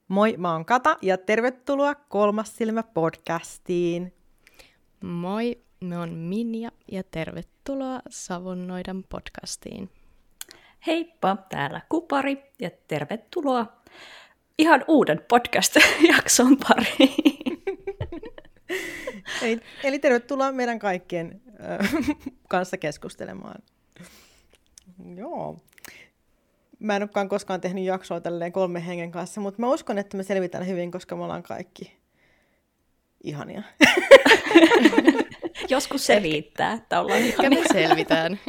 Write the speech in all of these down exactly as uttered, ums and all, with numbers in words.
Moi, mä oon Kata ja tervetuloa Kolmas silmä podcastiin. Moi, mä oon Minja ja tervetuloa Savonnoidan podcastiin. Heippa, täällä Kupari ja tervetuloa ihan uuden podcast-jakson pariin. Eli, eli tervetuloa meidän kaikkien äh, kanssa keskustelemaan. Joo. Mä en olekaan koskaan tehnyt jaksoa tälleen kolmen hengen kanssa, mutta mä uskon, että me selvitään hyvin, koska me ollaan kaikki ihania. Joskus se riittää, että ollaan ihania. Me selvitään.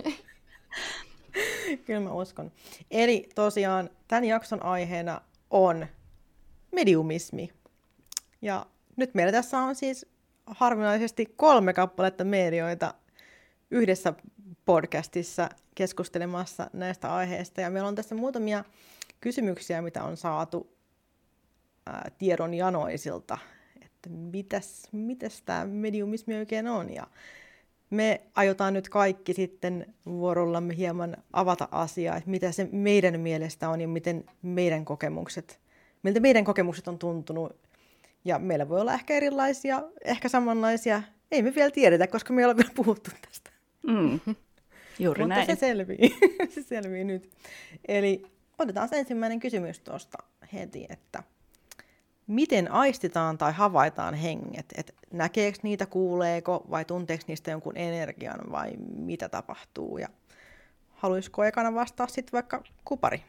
Kyllä mä uskon. Eli tosiaan tämän jakson aiheena on mediumismi. Ja nyt meillä tässä on siis harvinaisesti kolme kappaletta medioita yhdessä podcastissa keskustelemassa näistä aiheista. Ja meillä on tässä muutamia kysymyksiä, mitä on saatu ää, tiedon janoisilta, että mitäs, mitäs tämä mediumismi oikein on. Ja me aiotaan nyt kaikki sitten vuorollamme hieman avata asiaa, että mitä se meidän mielestä on ja miten meidän kokemukset, miltä meidän kokemukset on tuntunut. Ja meillä voi olla ehkä erilaisia, ehkä samanlaisia. Ei me vielä tiedetä, koska me ei ole vielä puhuttu tästä. Mm, juuri Mutta näin. se selvii. se selvii nyt. Eli otetaan se ensimmäinen kysymys tuosta heti, että miten aistitaan tai havaitaan henget? Et näkeekö niitä, kuuleeko vai tunteeko niistä jonkun energian vai mitä tapahtuu? Ja haluaisiko ekana vastaa sitten vaikka Kupari?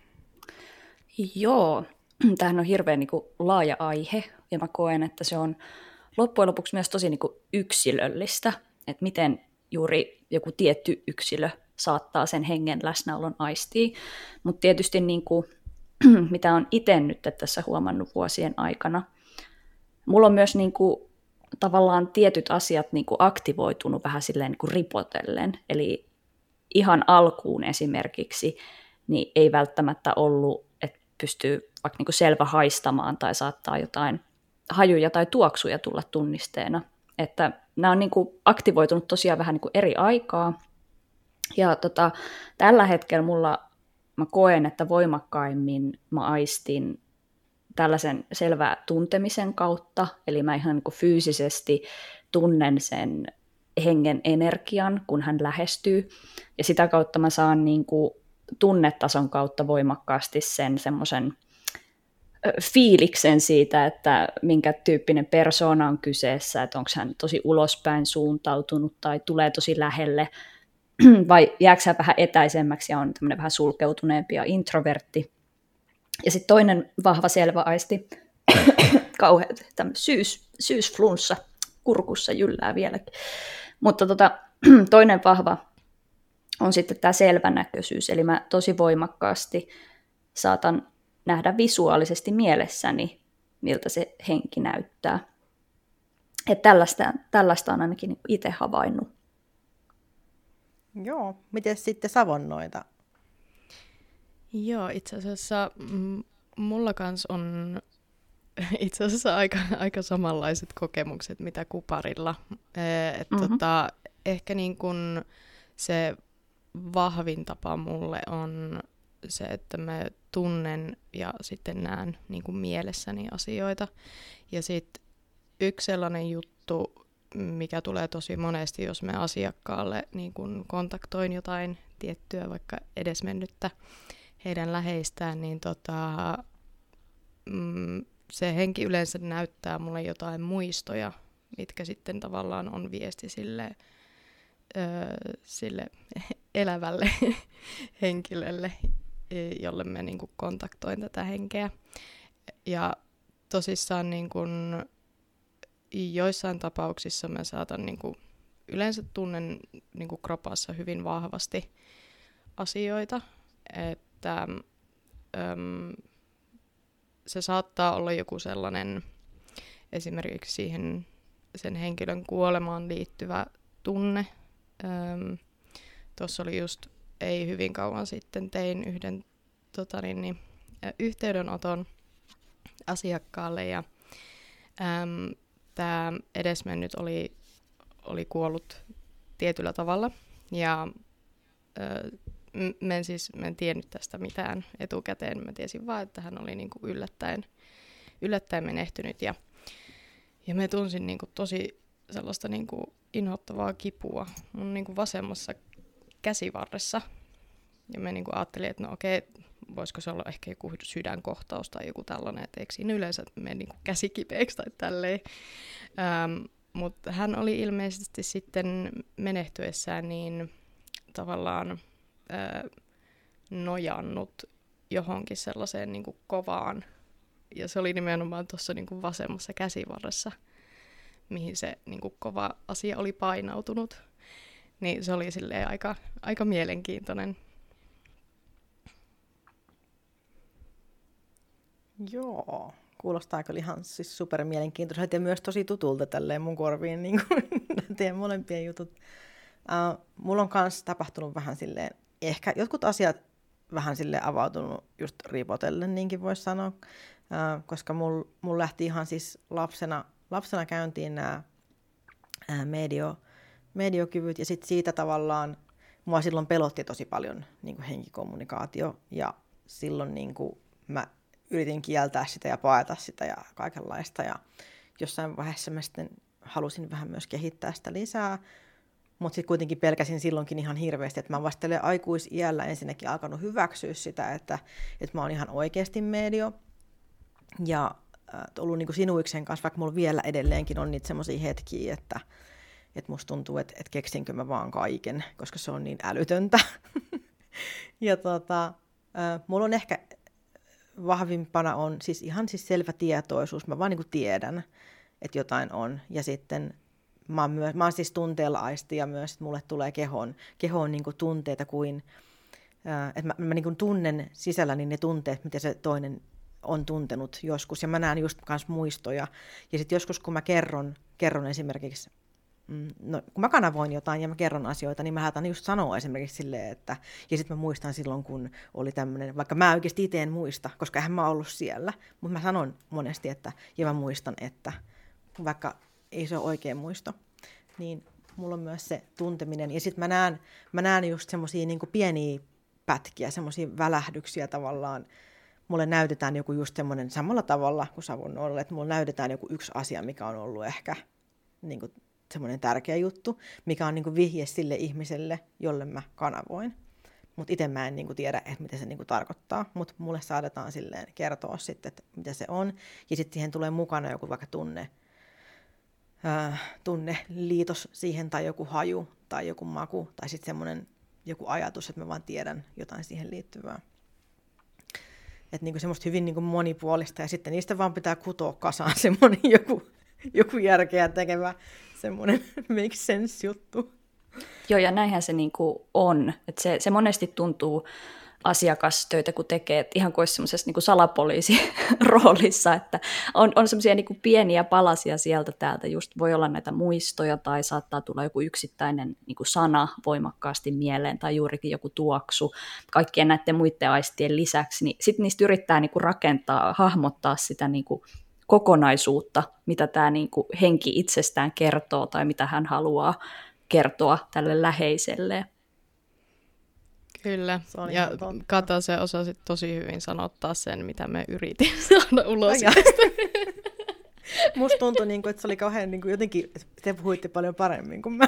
Joo, tämähän on hirveän niin kuin laaja aihe ja mä koen, että se on loppujen lopuksi myös tosi niin kuin yksilöllistä, että miten juuri joku tietty yksilö saattaa sen hengen läsnäolon aistia, mutta tietysti niin kuin, mitä on itse nyt tässä huomannut vuosien aikana, mulla on myös niin kuin, tavallaan tietyt asiat niin kuin aktivoitunut vähän silleen niin kuin ripotellen, eli ihan alkuun esimerkiksi niin ei välttämättä ollut, että pystyy vaikka niin kuin selvä haistamaan tai saattaa jotain hajuja tai tuoksuja tulla tunnisteena, että nämä on niin kuin aktivoitunut tosiaan vähän niin kuin eri aikaa. Ja tota, tällä hetkellä mulla, mä koen, että voimakkaimmin mä aistin tällaisen selvää tuntemisen kautta. Eli mä ihan niin kuin fyysisesti tunnen sen hengen energian, kun hän lähestyy. Ja sitä kautta mä saan niin kuin tunnetason kautta voimakkaasti sen semmoisen fiiliksen siitä, että minkä tyyppinen persoona on kyseessä, että onko hän tosi ulospäin suuntautunut tai tulee tosi lähelle, vai jääkö hän vähän etäisemmäksi ja on tämmöinen vähän sulkeutuneempi ja introvertti. Ja sitten toinen vahva selvä aisti, kauhean syys, syysflunssa kurkussa jyllää vieläkin. Mutta tota, toinen vahva on sitten tämä selvänäköisyys, eli mä tosi voimakkaasti saatan nähdä visuaalisesti mielessäni, miltä se henki näyttää. Että tällaista, tällaista on ainakin itse havainnut. Joo, miten sitten Savonnoita? Joo, itse asiassa m- mulla kans on itse asiassa aika, aika samanlaiset kokemukset, mitä Kuparilla. E- et Mm-hmm. tota, ehkä niin kun se vahvin tapa mulle on se, että mä tunnen ja sitten näen niin kuin mielessäni asioita. Ja sitten yksi sellainen juttu, mikä tulee tosi monesti, jos mä asiakkaalle niin kuin kontaktoin jotain tiettyä, vaikka edesmennyttä heidän läheistään, niin tota, mm, se henki yleensä näyttää mulle jotain muistoja, mitkä sitten tavallaan on viesti sille, ö, sille elävälle henkilölle, jolle mä niin kuin kontaktoin tätä henkeä. Ja tosissaan niin kuin joissain tapauksissa mä saatan niin kuin, yleensä tunnen niin kuin kropassa hyvin vahvasti asioita, että äm, se saattaa olla joku sellainen esimerkiksi siihen sen henkilön kuolemaan liittyvä tunne. Äm, Tuossa oli just ei hyvin kauan sitten tein yhden tota niin, niin, yhteydenoton asiakkaalle ja äm, tämä edesmennyt oli, oli kuollut tietyllä tavalla ja ö, mä en siis mä en tiennyt tästä mitään etukäteen. Mä tiesin vaan, että hän oli niinku yllättäen yllättäen menehtynyt ja, ja mä tunsin niin kuin tosi sellaista niin kuin inhottavaa kipua mun niin kuin vasemmassa käsivarressa. Ja mä niin kuin ajattelin, että no okei, voisiko se olla ehkä joku sydänkohtaus tai joku tällainen, että eikö siinä yleensä mene niin kuin käsi kipeäksi tai tälleen. Ähm, mutta hän oli ilmeisesti sitten menehtyessään niin tavallaan ää, nojannut johonkin sellaiseen niin kuin kovaan. Ja se oli nimenomaan tuossa niin kuin vasemmassa käsivarressa, mihin se niin kuin kova asia oli painautunut. Niin se oli silleen aika, aika mielenkiintoinen. Joo, kuulostaa kyllä ihan siis super mielenkiintoiselta ja myös tosi tutulta tälleen mun korviin, niin kuin teidän molempien jutut. Uh, mulla on myös tapahtunut vähän silleen, ehkä jotkut asiat vähän silleen avautunut just ripotellen, niinkin voisi sanoa, uh, koska mulla mul lähti ihan siis lapsena, lapsena käyntiin nämä uh, medio, mediokyvyt ja sitten siitä tavallaan mua silloin pelotti tosi paljon niin kuin henkikommunikaatio ja silloin niin kuin mä yritin kieltää sitä ja paeta sitä ja kaikenlaista. Ja jossain vaiheessa mä sitten halusin vähän myös kehittää sitä lisää, mutta sitten kuitenkin pelkäsin silloinkin ihan hirveästi, että mä vasta aikuisiällä ensinnäkin alkanut hyväksyä sitä, että, että mä oon ihan oikeasti medio. Ja äh, ollut niin kuin Sinuiksen kanssa, vaikka mulla vielä edelleenkin on niitä semmoisia hetkiä, että, että musta tuntuu, että, että keksinkö mä vaan kaiken, koska se on niin älytöntä. ja tota, äh, mulla on ehkä vahvimpana on siis ihan siis selvä tietoisuus. Mä vaan niin kuin tiedän, että jotain on. Ja sitten mä oon, myös, mä oon siis tunteella aisti ja myös, että mulle tulee kehoon, kehoon niin kuin tunteita kuin, ää, että mä, mä niin kuin tunnen sisälläni ne tunteet, mitä se toinen on tuntenut joskus. Ja mä näen just kans muistoja. Ja sitten joskus, kun mä kerron, kerron esimerkiksi, no, kun mä kanavoin jotain ja mä kerron asioita, niin mä haatan just sanoa esimerkiksi silleen, että ja sitten mä muistan silloin, kun oli tämmöinen, vaikka mä oikeasti itse en muista, koska eihän mä ollut siellä, mutta mä sanon monesti, että ja mä muistan, että vaikka ei se ole oikein muisto, niin mulla on myös se tunteminen. Ja sitten mä näen, mä näen just semmosia niinku pieniä pätkiä, semmosia välähdyksiä tavallaan. Mulle näytetään joku just semmoinen samalla tavalla kuin Savonnoilla, että mulle näytetään joku yksi asia, mikä on ollut ehkä niinku semmoinen tärkeä juttu, mikä on niinku vihje sille ihmiselle, jolle mä kanavoin. Mutta itse mä en niinku tiedä, että mitä se niinku tarkoittaa, mutta mulle saadetaan silleen kertoa sitten, että mitä se on. Ja sitten siihen tulee mukana joku vaikka tunne, äh, tunneliitos siihen, tai joku haju, tai joku maku, tai sitten semmoinen joku ajatus, että mä vaan tiedän jotain siihen liittyvää. Että niinku semmoista hyvin niinku monipuolista, ja sitten niistä vaan pitää kutoa kasaan semmoinen joku, joku järkeä tekevä semmoinen make sense juttu. Joo, ja näinhän se niinku on. Että se, se monesti tuntuu asiakastöitä, kun tekee, että ihan kuin olisi semmoisessa niinku salapoliisi-roolissa, että on, on semmoisia niinku pieniä palasia sieltä täältä, just voi olla näitä muistoja, tai saattaa tulla joku yksittäinen niinku sana voimakkaasti mieleen, tai juurikin joku tuoksu, kaikkien näiden muiden aistien lisäksi, niin sitten niistä yrittää niinku rakentaa, hahmottaa sitä niinku kokonaisuutta, mitä tämä niinku henki itsestään kertoo, tai mitä hän haluaa kertoa tälle läheiselleen. Kyllä, ja Kata, se osasi tosi hyvin sanottaa sen, mitä me yritin saada ulos. Musta tuntui, niin kuin, että se oli kauhean niin kuin jotenkin, että te puhuitte paljon paremmin kuin mä.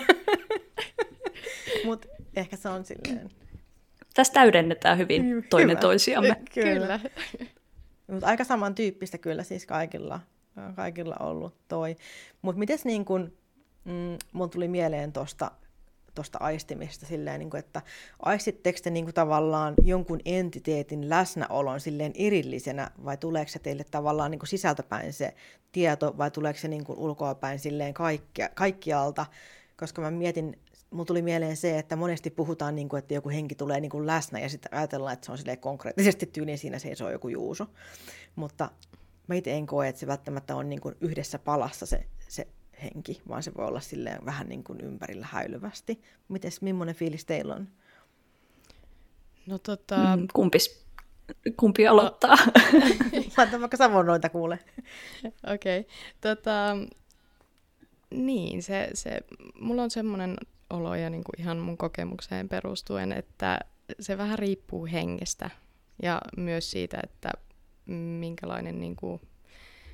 Mutta ehkä se on silleen. Tässä täydennetään hyvin Hyvä. toinen toisiamme. Kyllä. Mutta aika samantyyppistä kyllä siis kaikilla, kaikilla ollut toi. Mutta mites niin kuin, mm, mun tuli mieleen tosta, tosta aistimista silleen, niin kuin, että aistitteko te niin kuin tavallaan jonkun entiteetin läsnäolon silleen erillisenä, vai tuleeko se teille tavallaan niin kuin sisältäpäin se tieto, vai tuleeko se niin kuin ulkoapäin silleen kaikkia, kaikkialta, koska mä mietin, mulla tuli mieleen se, että monesti puhutaan, niin kuin, että joku henki tulee niin kuin läsnä, ja sitten ajatellaan, että se on silleen konkreettisesti tyyliin siinä seisoo joku Juuso, mutta mä itse en koe, että se välttämättä on niin kuin yhdessä palassa se, se henki, vaan se voi olla silleen vähän niin kuin ympärillä häilyvästi. Mites, millainen fiilis teillä on? No tota... Mm, kumpis, kumpi aloittaa? Laita vaikka Savonnoita kuule. Okei. Okay. Tota, niin, se, se, mulla on semmoinen olo ja niin kuin ihan mun kokemukseen perustuen, että se vähän riippuu hengestä ja myös siitä, että minkälainen niin kuin,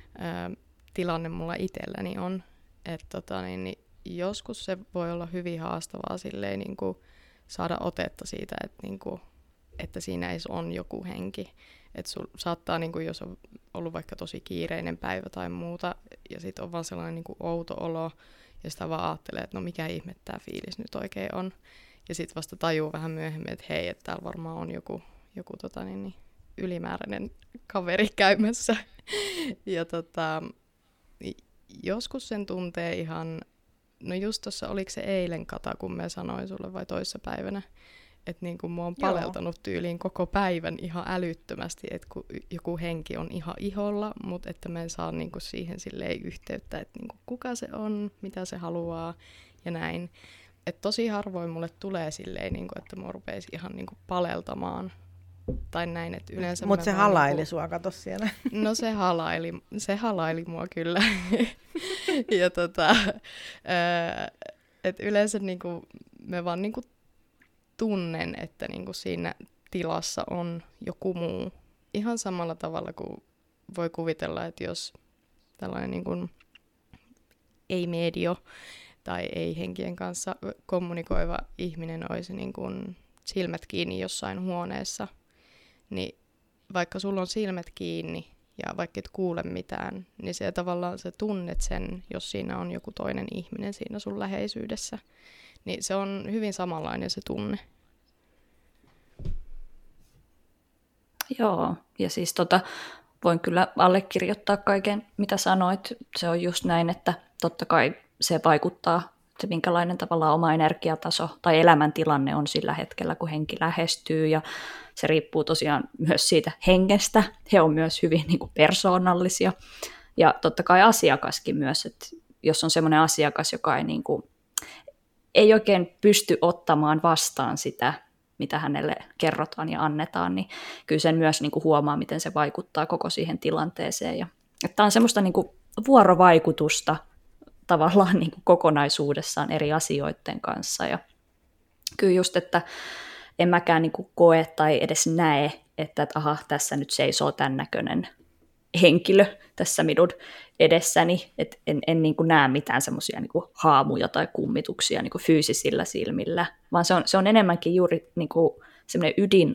ää, tilanne mulla itselläni on. Että tota, niin, niin joskus se voi olla hyvin haastavaa silleen, niin kuin saada otetta siitä, että, niin kuin, että siinä edes on joku henki. Että sul saattaa, niin kuin, jos on ollut vaikka tosi kiireinen päivä tai muuta, ja sitten on vaan sellainen niin kuin outo olo, ja sitä vaan ajattelee, että no mikä ihme tämä fiilis nyt oikein on. Ja sitten vasta tajuu vähän myöhemmin, että hei, että täällä varmaan on joku, joku tota, niin, niin, ylimääräinen kaveri käymässä. Ja tota, joskus sen tuntee ihan, no just tuossa, oliko se eilen Kata, kun mä sanoin sulle vai toissapäivänä, että niin kuin mua on paleltanut tyyliin koko päivän ihan älyttömästi, että kun joku henki on ihan iholla, mutta että mä en saa niin kuin siihen silleen yhteyttä, että niin kuin kuka se on, mitä se haluaa ja näin. Että tosi harvoin mulle tulee silleen, niin kuin, että mua rupeisi ihan niin kuin paleltamaan tai näin, että yleensä... Mutta se halaili niin kuin... sua, kato siellä. No se halaili, se halaili mua kyllä. Ja tota, että yleensä niin kuin, me vaan niin kuin tunnen, että niin kuin siinä tilassa on joku muu. Ihan samalla tavalla kuin voi kuvitella, että jos tällainen niin kuin ei-medio tai ei-henkien kanssa kommunikoiva ihminen olisi niin kuin silmät kiinni jossain huoneessa, niin vaikka sulla on silmät kiinni ja vaikka et kuule mitään, niin se tavallaan sä tunnet sen, jos siinä on joku toinen ihminen siinä sun läheisyydessä. Niin se on hyvin samanlainen se tunne. Joo, ja siis tota, voin kyllä allekirjoittaa kaiken, mitä sanoit. Se on just näin, että totta kai se vaikuttaa, se minkälainen tavallaan oma energiataso tai elämäntilanne on sillä hetkellä, kun henki lähestyy, ja se riippuu tosiaan myös siitä hengestä. He on myös hyvin niin kuin persoonallisia, ja totta kai asiakaskin myös, että jos on semmoinen asiakas, joka ei, niin kuin, ei oikein pysty ottamaan vastaan sitä, mitä hänelle kerrotaan ja annetaan, niin kyllä sen myös niin kuin huomaa, miten se vaikuttaa koko siihen tilanteeseen. Ja, että tämä on semmoista niin kuin vuorovaikutusta tavallaan niin kuin kokonaisuudessaan eri asioiden kanssa. Ja kyllä just, että en mäkään niin kuin koe tai edes näe, että, että aha, tässä nyt seisoo tämän näköinen henkilö tässä minun edessäni, että en, en niin kuin näe mitään semmoisia niin kuin haamuja tai kummituksia niin kuin fyysisillä silmillä, vaan se on, se on enemmänkin juuri niin kuin semmoinen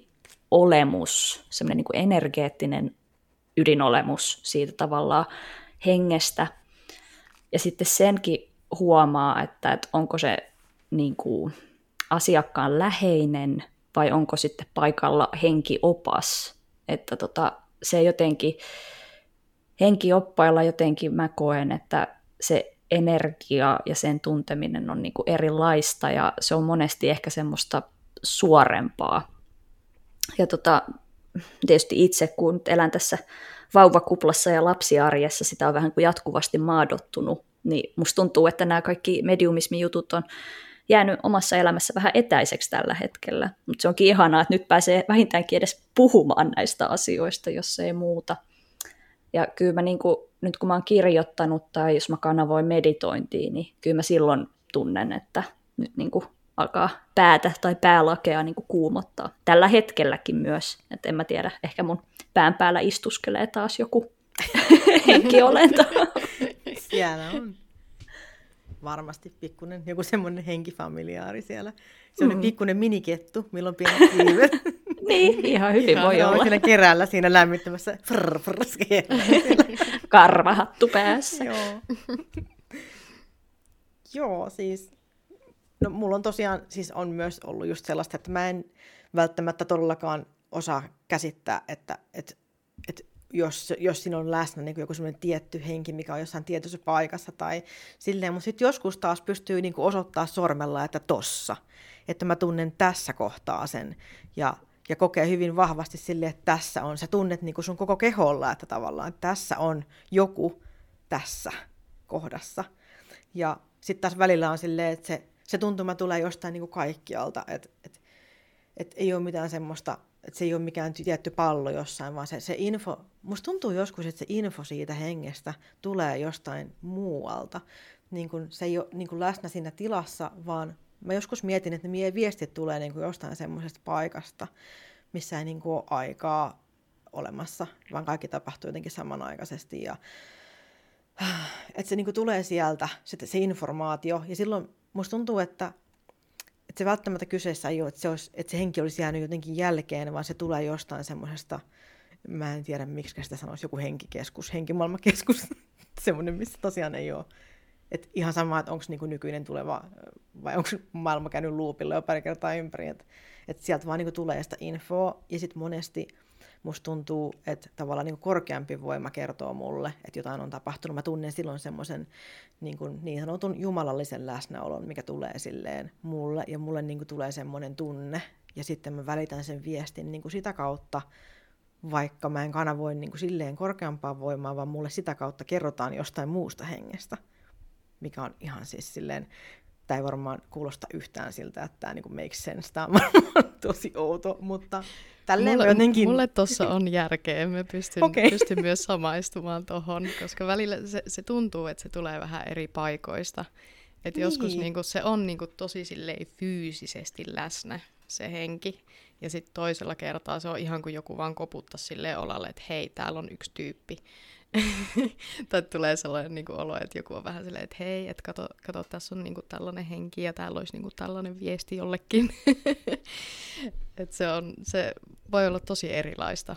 ydinolemus, semmoinen niin kuin energeettinen ydinolemus siitä tavallaan hengestä. Ja sitten senkin huomaa, että, että onko se niin kuin asiakkaan läheinen vai onko sitten paikalla henkiopas, että tota, se jotenkin henkioppailla jotenkin mä koen, että se energia ja sen tunteminen on niinku erilaista ja se on monesti ehkä semmoista suorempaa. Ja tota, tietysti itse, kun elän tässä vauvakuplassa ja lapsiarjessa, sitä on vähän kuin jatkuvasti maadottunut, niin musta tuntuu, että nämä kaikki mediumismi-jutut on jäänyt omassa elämässä vähän etäiseksi tällä hetkellä. Mutta se onkin ihanaa, että nyt pääsee vähintäänkin edes puhumaan näistä asioista, jos ei muuta. Ja kyllä mä niin kuin, nyt kun mä oon kirjoittanut tai jos mä kanavoin meditointiin, niin kyllä mä silloin tunnen, että nyt niin kuin alkaa päätä tai päälakea niin kuin kuumottaa. Tällä hetkelläkin myös, että en mä tiedä, ehkä mun pään päällä istuskelee taas joku henkiolento. Siellä on varmasti pikkunen, joku semmoinen henkifamiliaari siellä. Semmoinen mm. pikkunen minikettu, milloin pienet siivet. Niin, ihan hyvin ihan voi olla. Siinä keräällä siinä lämmittämässä frr, frr, karvahattu päässä. Joo. Joo, siis no, mulla on tosiaan siis on myös ollut just sellaista, että mä en välttämättä todellakaan osaa käsittää, että, että, että jos, jos siinä on läsnä niin kuin joku semmoinen tietty henki, mikä on jossain tietyssä paikassa tai silleen, mutta sitten joskus taas pystyy niin kuin osoittaa sormella, että tossa, että mä tunnen tässä kohtaa sen ja, ja kokee hyvin vahvasti silleen, että tässä on, sä tunnet niin kuin sun koko keholla, että tavallaan että tässä on joku tässä kohdassa ja sitten taas välillä on silleen, että se, se tuntuma tulee jostain niin kuin kaikkialta, että et, et ei ole mitään semmoista, että se ei ole mikään tietty pallo jossain, vaan se, se info, musta tuntuu joskus, että se info siitä hengestä tulee jostain muualta. Niin kun se ei ole niin kun läsnä siinä tilassa, vaan mä joskus mietin, että ne viestit tulee niin kun jostain semmoisesta paikasta, missä ei niin kun ole aikaa olemassa, vaan kaikki tapahtuu jotenkin samanaikaisesti. Ja, että se niinku tulee sieltä, se, se informaatio. Ja silloin musta tuntuu, että, että se välttämättä kyseessä ei ole, että se, olisi, että se henki olisi jäänyt jotenkin jälkeen, vaan se tulee jostain semmoisesta, mä en tiedä miksi sitä sanoisi, joku henkikeskus, henkimaailmakeskus, semmoinen, missä tosiaan ei ole. Et ihan sama, että onko niinku nykyinen tuleva vai onko maailma käynyt loopilla jo pari kertaa ympäri. Että et sieltä vaan niinku tulee sitä infoa ja sitten monesti musta tuntuu, että tavallaan niinku korkeampi voima kertoo mulle, että jotain on tapahtunut. Mä tunnen silloin semmoisen niin, niin sanotun jumalallisen läsnäolon, mikä tulee silleen mulle ja mulle niinku tulee semmoinen tunne. Ja sitten mä välitän sen viestin niinku sitä kautta, vaikka mä en kanavoi niinku silleen korkeampaa voimaa, vaan mulle sitä kautta kerrotaan jostain muusta hengestä. Mikä on ihan siis silleen, tämä ei varmaan kuulosta yhtään siltä, että tämä niinku makes sense, tämä on varmaan tosi outo, mutta tälleen mulle, jotenkin... Mulle tuossa on järkeä, mä pystyn, okay. pystyn myös samaistumaan tohon, koska välillä se, se tuntuu, että se tulee vähän eri paikoista. Että niin. Joskus niinku, se on niinku, tosi silleen fyysisesti läsnä, se henki, ja sitten toisella kertaa se on ihan kuin joku vaan koputtaisi silleen olalle, että hei, täällä on yksi tyyppi. Tai tulee sellainen niin kuin olo, että joku on vähän silleen, että hei, että kato, kato tässä on niin kuin tällainen henki ja täällä olisi niin kuin tällainen viesti jollekin. Että se, on, se voi olla tosi erilaista.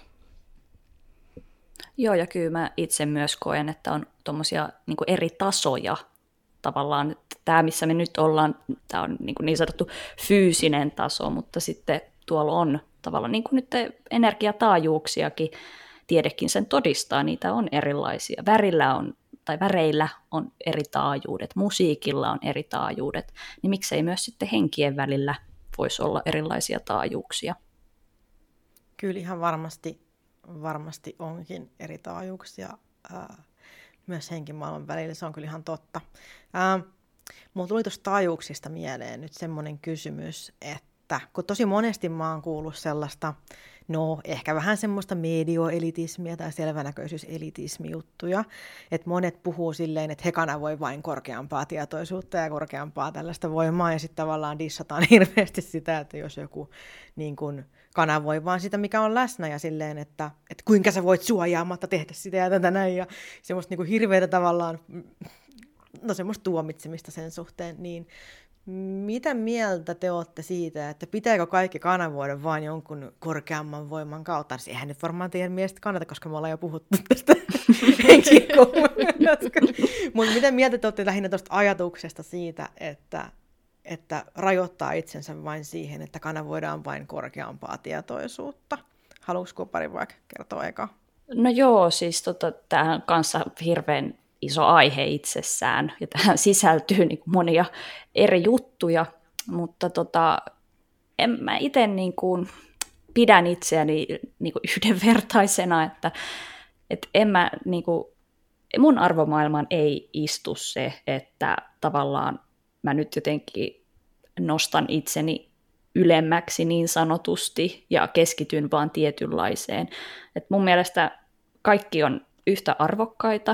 Joo, ja kyllä mä itse myös koen, että on tuommoisia niin kuin eri tasoja. Tavallaan tämä, missä me nyt ollaan, tämä on niin, kuin niin sanottu fyysinen taso, mutta sitten tuolla on tavallaan niin kuin nyt energiataajuuksiakin, tiedekin sen todistaa, niitä on erilaisia. Värillä on, tai väreillä on eri taajuudet, musiikilla on eri taajuudet, niin miksei myös sitten henkien välillä voisi olla erilaisia taajuuksia? Kyllä ihan varmasti, varmasti onkin eri taajuuksia ää, myös henkimaailman välillä, se on kyllä ihan totta. Ää, mulla tuli tuosta taajuuksista mieleen nyt semmoinen kysymys, että kun tosi monesti mä oon kuullut sellaista, no ehkä vähän semmoista medioelitismiä tai selvänäköisyyselitismi-juttuja, että monet puhuu silleen, että he kanavoi vain korkeampaa tietoisuutta ja korkeampaa tällaista voimaa, ja sitten tavallaan dissataan hirveästi sitä, että jos joku niin kun kanavoi vaan sitä, mikä on läsnä, ja silleen, että, että kuinka sä voit suojaamatta tehdä sitä ja tätä näin, ja semmoista niin kuin hirveätä tavallaan, no semmoista tuomitsemista sen suhteen, niin mitä mieltä te olette siitä, että pitääkö kaikki kanavoida vain jonkun korkeamman voiman kautta? Se eihän nyt varmaan teidän mielestä kannata, koska me ollaan jo puhuttu tästä henkikoulusta. Mutta mitä mieltä te olette lähinnä tuosta ajatuksesta siitä, että, että rajoittaa itsensä vain siihen, että kanavoidaan vain korkeampaa tietoisuutta? Haluaisiko pari vaikka kertoa eka? No joo, siis tota, tämähän on kanssa hirveän iso aihe itsessään, ja tähän sisältyy niin kuin monia eri juttuja, mutta tota, en mä itse niin kuin pidän itseäni niin kuin yhdenvertaisena, että, että en mä, niin kuin, mun arvomaailmaan ei istu se, että tavallaan mä nyt jotenkin nostan itseni ylemmäksi niin sanotusti ja keskityn vaan tietynlaiseen. Et mun mielestä kaikki on yhtä arvokkaita,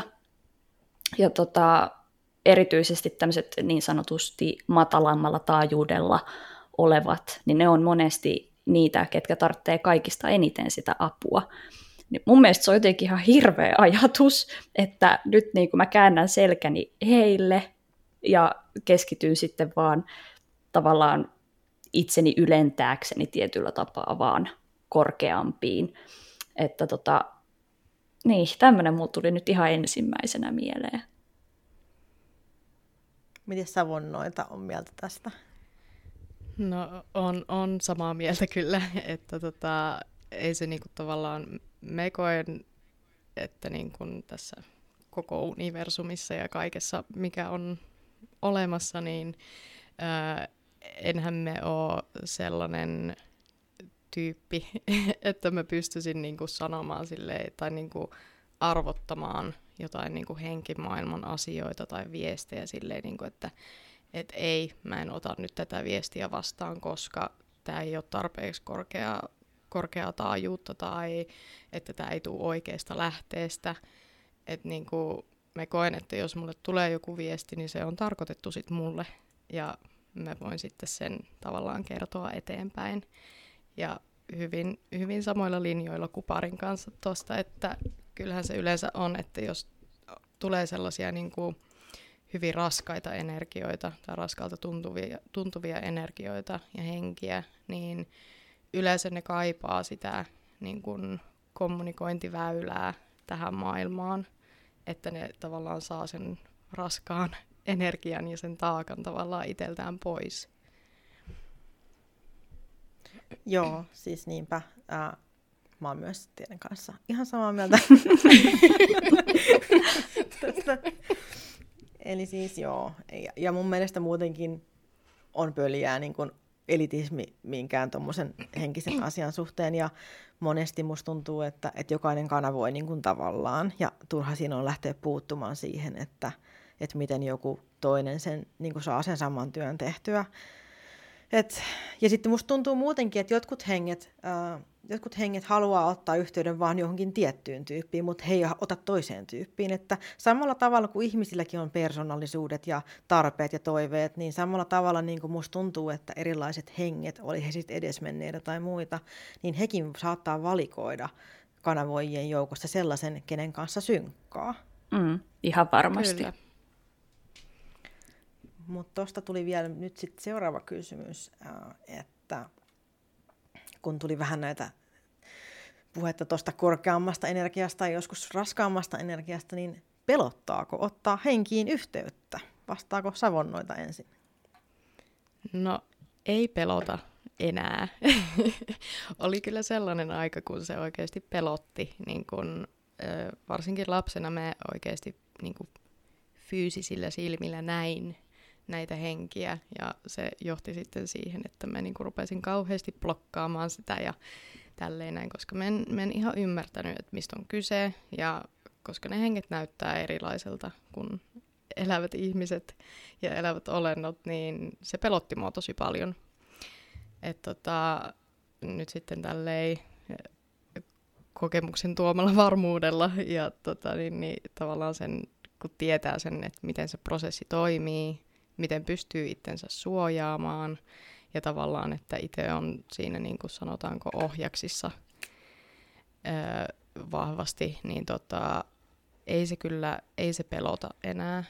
ja tota, erityisesti tämmöiset niin sanotusti matalammalla taajuudella olevat, niin ne on monesti niitä, ketkä tarvitsee kaikista eniten sitä apua. Niin mun mielestä se on jotenkin ihan hirveä ajatus, että nyt niin kuin mä käännän selkäni heille ja keskityn sitten vaan tavallaan itseni ylentääkseni tietyllä tapaa vaan korkeampiin. Että tota, niin, tämmöinen mulla tuli nyt ihan ensimmäisenä mieleen. Miten Savonnoita on mieltä tästä? No on, on samaa mieltä kyllä, että tota, ei se niinku tavallaan, me koen, että niinku tässä koko universumissa ja kaikessa, mikä on olemassa, niin ää, enhän me ole sellainen tyyppi, että mä pystyisin niinku sanomaan silleen, tai niinku arvottamaan jotain niinku henkimaailman asioita tai viestejä silleen, niinku, että et ei, mä en ota nyt tätä viestiä vastaan, koska tämä ei ole tarpeeksi korkea, korkeaa taajuutta tai että tämä ei tule oikeasta lähteestä. Et niinku, mä koen, että jos mulle tulee joku viesti, niin se on tarkoitettu sit mulle ja mä voin sitten sen tavallaan kertoa eteenpäin. Ja hyvin, hyvin samoilla linjoilla Kuparin kanssa tuosta, että kyllähän se yleensä on, että jos tulee sellaisia niin kuin hyvin raskaita energioita tai raskaalta tuntuvia, tuntuvia energioita ja henkiä, niin yleensä ne kaipaa sitä niin kuin kommunikointiväylää tähän maailmaan, että ne tavallaan saa sen raskaan energian ja sen taakan tavallaan itseltään pois. Joo, siis niinpä. Ää, mä oon myös teidän kanssa ihan samaa mieltä. Tästä. Eli siis joo, ja, ja mun mielestä muutenkin on pöljää niin kuin elitismi minkään tommosen henkisen asian suhteen, ja monesti musta tuntuu, että, että jokainen kanavoi niin kuin tavallaan, ja turha siinä on lähteä puuttumaan siihen, että, että miten joku toinen sen, niin kuin saa sen saman työn tehtyä. Et, ja sitten musta tuntuu muutenkin, että jotkut henget, äh, jotkut henget haluaa ottaa yhteyden vaan johonkin tiettyyn tyyppiin, mutta he ei ota toiseen tyyppiin. Että samalla tavalla kuin ihmisilläkin on persoonallisuudet ja tarpeet ja toiveet, niin samalla tavalla niin kuin musta tuntuu, että erilaiset henget, oli he sitten edesmenneitä tai muita, niin hekin saattaa valikoida kanavoijien joukossa sellaisen, kenen kanssa synkkaa. Mm, ihan varmasti. Kyllä. Mutta tuosta tuli vielä nyt sitten seuraava kysymys, että kun tuli vähän näitä puhetta tuosta korkeammasta energiasta ja joskus raskaammasta energiasta, niin pelottaako ottaa henkiin yhteyttä? Vastaako savonnoita ensin? No ei pelota enää. Oli kyllä sellainen aika, kun se oikeasti pelotti. Niin kun, varsinkin lapsena me oikeasti niin kun fyysisillä silmillä näin näitä henkiä, ja se johti sitten siihen, että mä niin kuin rupesin kauheasti blokkaamaan sitä ja tälleen näin, koska mä en, mä en ihan ymmärtänyt, että mistä on kyse, ja koska ne henget näyttää erilaiselta kuin elävät ihmiset ja elävät olennot, niin se pelotti mua tosi paljon. Et tota, nyt sitten tälleen kokemuksen tuomalla varmuudella ja tota, niin, niin, tavallaan sen, kun tietää sen, että miten se prosessi toimii, miten pystyy itsensä suojaamaan ja tavallaan, että itse on siinä niin kuin sanotaanko ohjaksissa ää, vahvasti, niin tota, ei se kyllä, ei se pelota enää.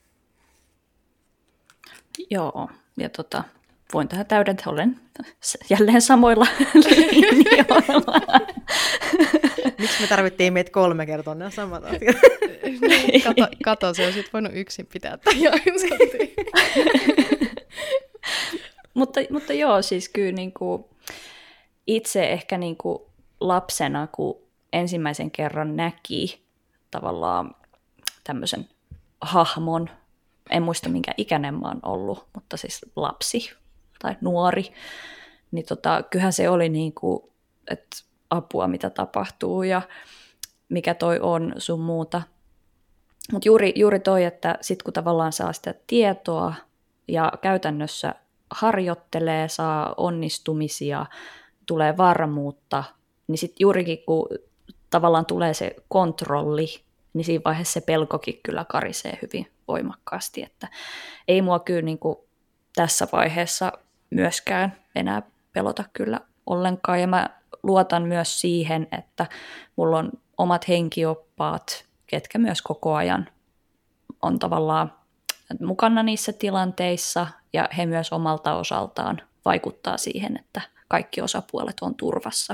Joo, ja tota, voin tähän täydentää, olen jälleen samoilla linjoilla. Miksi me tarvittiin meitä kolme kertaa nämä samat asiat? kato, kato, se olisi voinut yksin pitää tämän jakson. mutta, mutta joo, siis kyllä niin kuin itse ehkä niin kuin lapsena, kun ensimmäisen kerran näki tavallaan tämmöisen hahmon, en muista minkä ikäinen mä oon ollut, mutta siis lapsi tai nuori, niin tota, kyllähän se oli niin kuin, että apua mitä tapahtuu ja mikä toi on sun muuta. Mutta juuri, juuri toi, että sit kun tavallaan saa sitä tietoa ja käytännössä harjoittelee, saa onnistumisia, tulee varmuutta, niin sitten juurikin kun tavallaan tulee se kontrolli, niin siinä vaiheessa se pelkokin kyllä karisee hyvin voimakkaasti. Että ei mua kyllä niin kuin tässä vaiheessa myöskään enää pelota kyllä ollenkaan. Ja mä luotan myös siihen, että mulla on omat henkioppaat, ketkä myös koko ajan on tavallaan mukana niissä tilanteissa, ja he myös omalta osaltaan vaikuttaa siihen, että kaikki osapuolet on turvassa.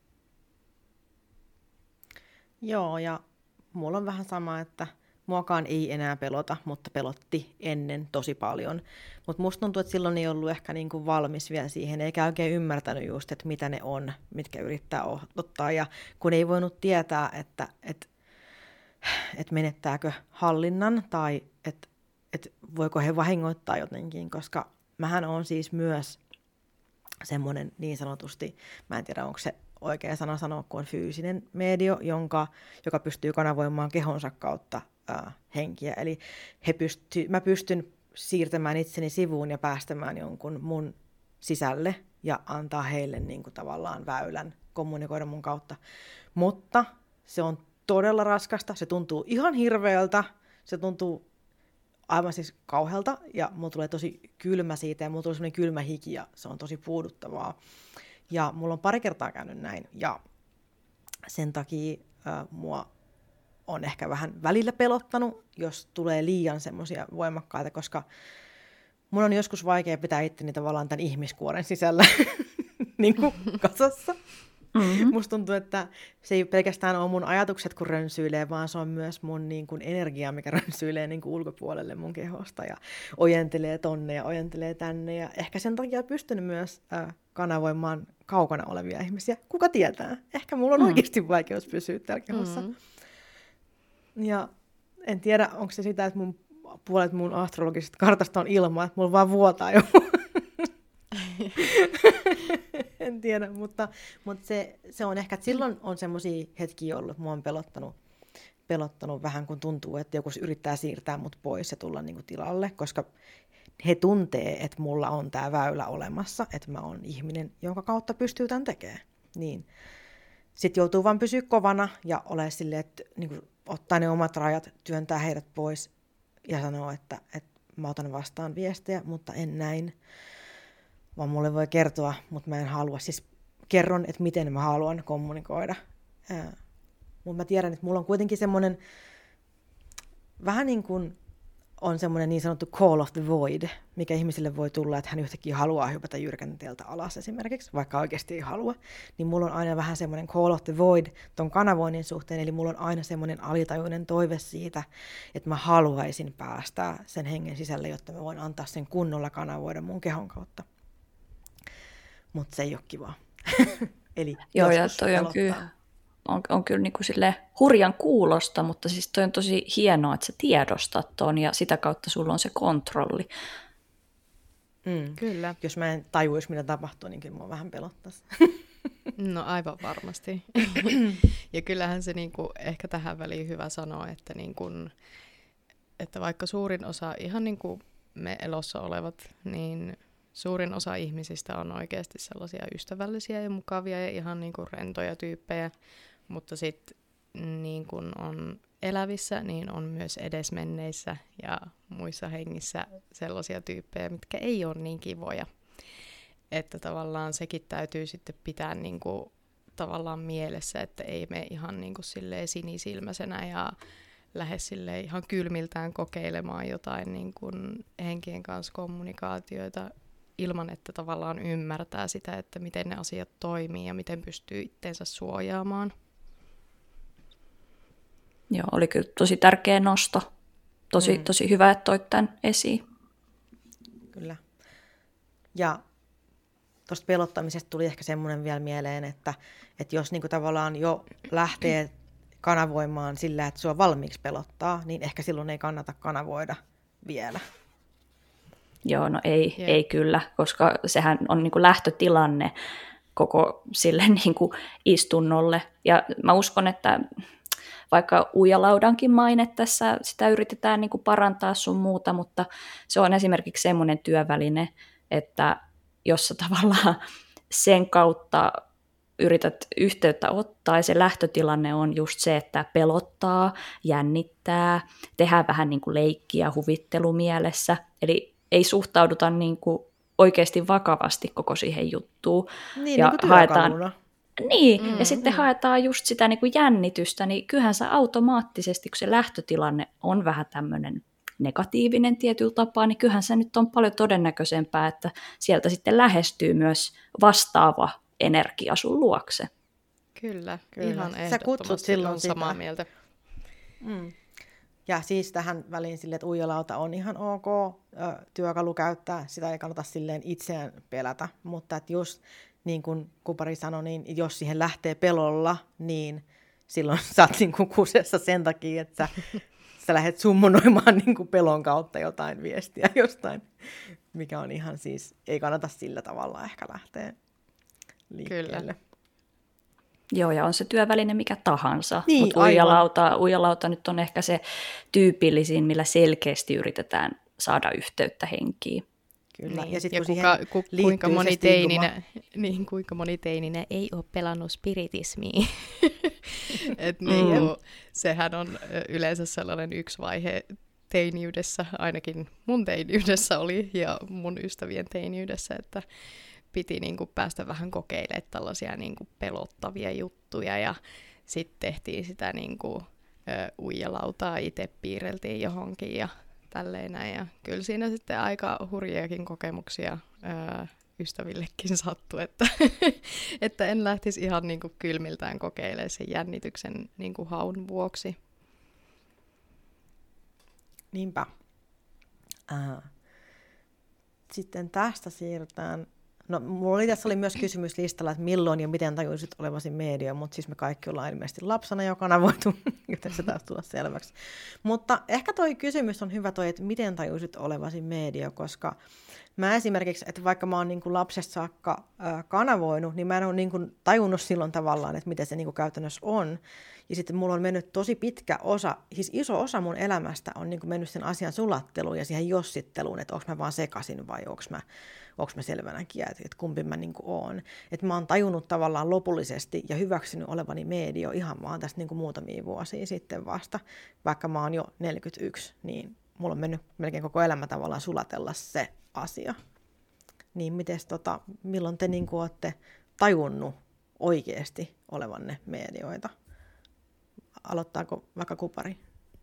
Joo, ja mulla on vähän sama, että muakaan ei enää pelota, mutta pelotti ennen tosi paljon. Mutta musta tuntuu, että silloin ei ollut ehkä niinku valmis vielä siihen, eikä oikein ymmärtänyt just, että mitä ne on, mitkä yrittää ottaa. Ja kun ei voinut tietää, että et, et menettääkö hallinnan tai että et voiko he vahingoittaa jotenkin, koska mähän on siis myös semmoinen niin sanotusti, mä en tiedä onko se oikea sana sanoa, kun on fyysinen medio, jonka, joka pystyy kanavoimaan kehonsa kautta ää, henkiä. Eli he pysty, mä pystyn siirtämään itseni sivuun ja päästämään jonkun mun sisälle ja antaa heille niin kuin tavallaan väylän kommunikoida mun kautta. Mutta se on todella raskasta, se tuntuu ihan hirveältä, se tuntuu aivan siis kauhealta ja mulla tulee tosi kylmä siitä ja mulla tulee semmoinen kylmä hiki ja se on tosi puuduttavaa. Ja mulla on pari kertaa käynyt näin, ja sen takia äh, mua on ehkä vähän välillä pelottanut, jos tulee liian semmoisia voimakkaita, koska mun on joskus vaikea pitää itteni tavallaan tämän ihmiskuoren sisällä niin kuin kasassa. Mm-hmm. Musta tuntuu, että se ei pelkästään ole mun ajatukset, kun rönsyilee, vaan se on myös mun niin kuin energia, mikä rönsyilee niin kuin ulkopuolelle mun kehosta ja ojentelee tonne ja ojentelee tänne. Ja ehkä sen takia on pystynyt myös äh, kanavoimaan kaukana olevia ihmisiä. Kuka tietää? Ehkä mulla on mm. oikeasti vaikeus pysyä täällä kehossa. Mm. Ja en tiedä, onko se sitä, että mun puolet mun astrologisesta kartasta on ilmaa, että mulla vaan vuotaa jo. En tiedä, mutta, mutta se, se on ehkä, että silloin on semmoisia hetkiä ollut, että mua on pelottanut, pelottanut vähän, kun tuntuu, että joku yrittää siirtää mut pois ja tulla niin kuin tilalle, koska he tuntee, että mulla on tämä väylä olemassa, että mä oon ihminen, jonka kautta pystyy tämän tekemään. Niin. Sitten joutuu vaan pysyä kovana ja ole silleen, että niin kuin, ottaa ne omat rajat, työntää heidät pois ja sanoo, että, että mä otan vastaan viestejä, mutta en näin. Vaan mulle voi kertoa, mutta mä en halua. Siis kerron, että miten mä haluan kommunikoida. Ää, mutta mä tiedän, että mulla on kuitenkin semmoinen, vähän niin kuin on semmoinen niin sanottu call of the void, mikä ihmisille voi tulla, että hän yhtäkkiä haluaa hypätä jyrkänteeltä alas esimerkiksi, vaikka oikeasti ei halua. Niin mulla on aina vähän semmoinen call of the void ton kanavoinnin suhteen, eli mulla on aina semmoinen alitajuinen toive siitä, että mä haluaisin päästää sen hengen sisälle, jotta mä voin antaa sen kunnolla kanavoida mun kehon kautta. Mutta se ei ole kivaa. Eli joo, ja toi on kyllä, on, on kyllä niin kuin sille hurjan kuulosta, mutta siis toi on tosi hienoa, että sä tiedostat ton ja sitä kautta sulla on se kontrolli. Mm. Kyllä. Jos mä en tajuisi, mitä tapahtuu, niin kyllä mua vähän pelottaisi. No aivan varmasti. Ja kyllähän se niin kuin, ehkä tähän väliin hyvä sanoa, että, niin kuin, että vaikka suurin osa, ihan niin kuin me elossa olevat, niin suurin osa ihmisistä on oikeasti sellaisia ystävällisiä ja mukavia ja ihan niin kuin rentoja tyyppejä, mutta sitten niin kuin on elävissä, niin on myös edesmenneissä ja muissa hengissä sellaisia tyyppejä, mitkä ei ole niin kivoja. Että tavallaan sekin täytyy sitten pitää niin kuin tavallaan mielessä, että ei me ihan niin kuin silleen sinisilmäisenä ja lähde silleen ihan kylmiltään kokeilemaan jotain niin kuin henkien kanssa kommunikaatioita ilman, että tavallaan ymmärtää sitä, että miten ne asiat toimii ja miten pystyy itseensä suojaamaan. Joo, oli kyllä tosi tärkeä nosto. Tosi, mm. tosi hyvä, että toit tämän esiin. Kyllä. Ja tuosta pelottamisesta tuli ehkä semmoinen vielä mieleen, että, että jos niinku tavallaan jo lähtee kanavoimaan sillä, että sua valmiiksi pelottaa, niin ehkä silloin ei kannata kanavoida vielä. Joo, no ei, yeah. ei kyllä, koska sehän on niin kuin lähtötilanne koko sille niin kuin istunnolle. Ja mä uskon, että vaikka uijalaudankin maine tässä, sitä yritetään niin kuin parantaa sun muuta, mutta se on esimerkiksi semmoinen työväline, että jos sä tavallaan sen kautta yrität yhteyttä ottaa, ja se lähtötilanne on just se, että pelottaa, jännittää, tehdään vähän niin kuin leikkiä huvittelumielessä, eli ei suhtauduta niin kuin oikeasti vakavasti koko siihen juttuun. Niin, ja niin kuin haetaan, niin, mm, ja sitten mm. haetaan just sitä niin kuin jännitystä, niin kyllähän sä automaattisesti, kun se lähtötilanne on vähän tämmöinen negatiivinen tietyllä tapaa, niin kyllähän se nyt on paljon todennäköisempää, että sieltä sitten lähestyy myös vastaava energia sun luokse. Kyllä, Kyllä. ihan Sä kutsut silloin samaa mieltä. Mm. Ja siis tähän väliin silleen, että uijalauta on ihan ok ö, työkalu käyttää, sitä ei kannata silleen itseään pelätä, mutta että just niin kuin Kupari sanoi, niin jos siihen lähtee pelolla, niin silloin sä oot niin kuin kusessa sen takia, että sä, sä lähdet summonoimaan niin kuin pelon kautta jotain viestiä jostain, mikä on ihan siis, ei kannata sillä tavalla ehkä lähteä liikkeelle. Kyllä. Joo, ja on se työväline mikä tahansa, niin, mutta uijalauta, uijalauta nyt on ehkä se tyypillisin, millä selkeästi yritetään saada yhteyttä henkiin. Kyllä, niin. ja, sit, ja kun kuka, ku, kuinka, moni teininä, niin, kuinka moni teininä ei ole pelannut spiritismiä. Et niin, mm. Sehän on yleensä sellainen yksi vaihe teiniydessä, ainakin mun teiniydessä oli ja mun ystävien teiniydessä, että piti niin kuin päästä vähän kokeilemaan tällaisia niin kuin pelottavia juttuja ja sitten tehtiin sitä niin kuin ö, uijalautaa itse piirreltiin johonkin ja tälleen näin. Ja kyllä siinä sitten aika hurjiakin kokemuksia ö, ystävillekin sattui, että, että en lähtisi ihan niin kuin kylmiltään kokeilemaan sen jännityksen niin kuin haun vuoksi. Niinpä. Äh. Sitten tästä siirrytään. No, mulla oli, tässä oli myös kysymys listalla, että milloin ja miten tajuisit olevasi media, mutta siis me kaikki ollaan ilmeisesti lapsena jo kanavoitu, joten se taas tulla selväksi. Mutta ehkä toi kysymys on hyvä toi, että miten tajuisit olevasi media, koska mä esimerkiksi, että vaikka mä oon niin kuin lapsesta saakka äh, kanavoinut, niin mä en ole niin kuin tajunnut silloin tavallaan, että miten se niin kuin käytännössä on. Ja sitten mulla on mennyt tosi pitkä osa, siis iso osa mun elämästä on niin kuin mennyt sen asian sulatteluun ja siihen jossitteluun, että onko mä vaan sekasin vai onko mä, onko mä selvänäkin, että, että kumpi mä niin kuin oon. Että mä oon tajunnut tavallaan lopullisesti ja hyväksynyt olevani media ihan vaan tästä niin kuin muutamia vuosia sitten vasta. Vaikka mä oon jo neljäkymmentäyksi, niin mulla on mennyt melkein koko elämä tavallaan sulatella se asia. Niin mites tota, milloin te niin kuin olette tajunnut oikeasti olevanne medioita? Aloittaako vaikka Kupari?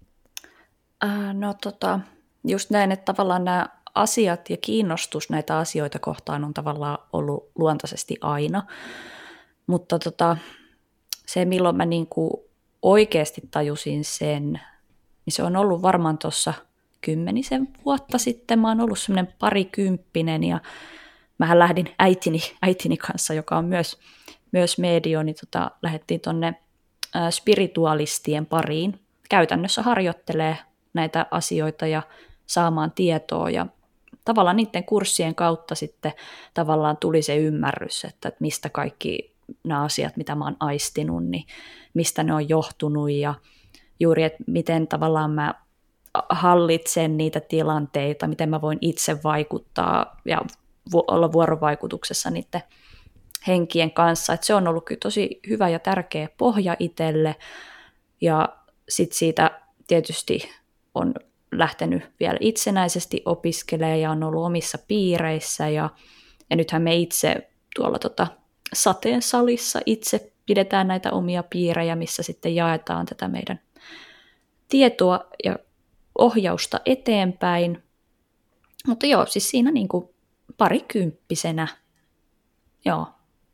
Äh, no tota, just näin, että tavallaan nämä asiat ja kiinnostus näitä asioita kohtaan on tavallaan ollut luontaisesti aina. Mutta tota, se, milloin mä niinku oikeasti tajusin sen, niin se on ollut varmaan tuossa kymmenisen vuotta sitten. Mä oon ollut semmoinen parikymppinen ja mähän lähdin äitini, äitini kanssa, joka on myös, myös medio, niin tota, lähdettiin tonne spiritualistien pariin. Käytännössä harjoittelee näitä asioita ja saamaan tietoa ja tavallaan niiden kurssien kautta sitten tavallaan tuli se ymmärrys, että mistä kaikki nämä asiat, mitä mä oon aistinut, niin mistä ne on johtunut ja juuri, että miten tavallaan mä hallitsen niitä tilanteita, miten mä voin itse vaikuttaa ja olla vuorovaikutuksessa niiden henkien kanssa. Että se on ollut kyllä tosi hyvä ja tärkeä pohja itselle ja sitten siitä tietysti on lähtenyt vielä itsenäisesti opiskelemaan ja on ollut omissa piireissä ja, ja nythän me itse tuolla tota Sateen salissa itse pidetään näitä omia piirejä, missä sitten jaetaan tätä meidän tietoa ja ohjausta eteenpäin. Mutta joo, siis siinä niin kuin parikymppisenä, joo.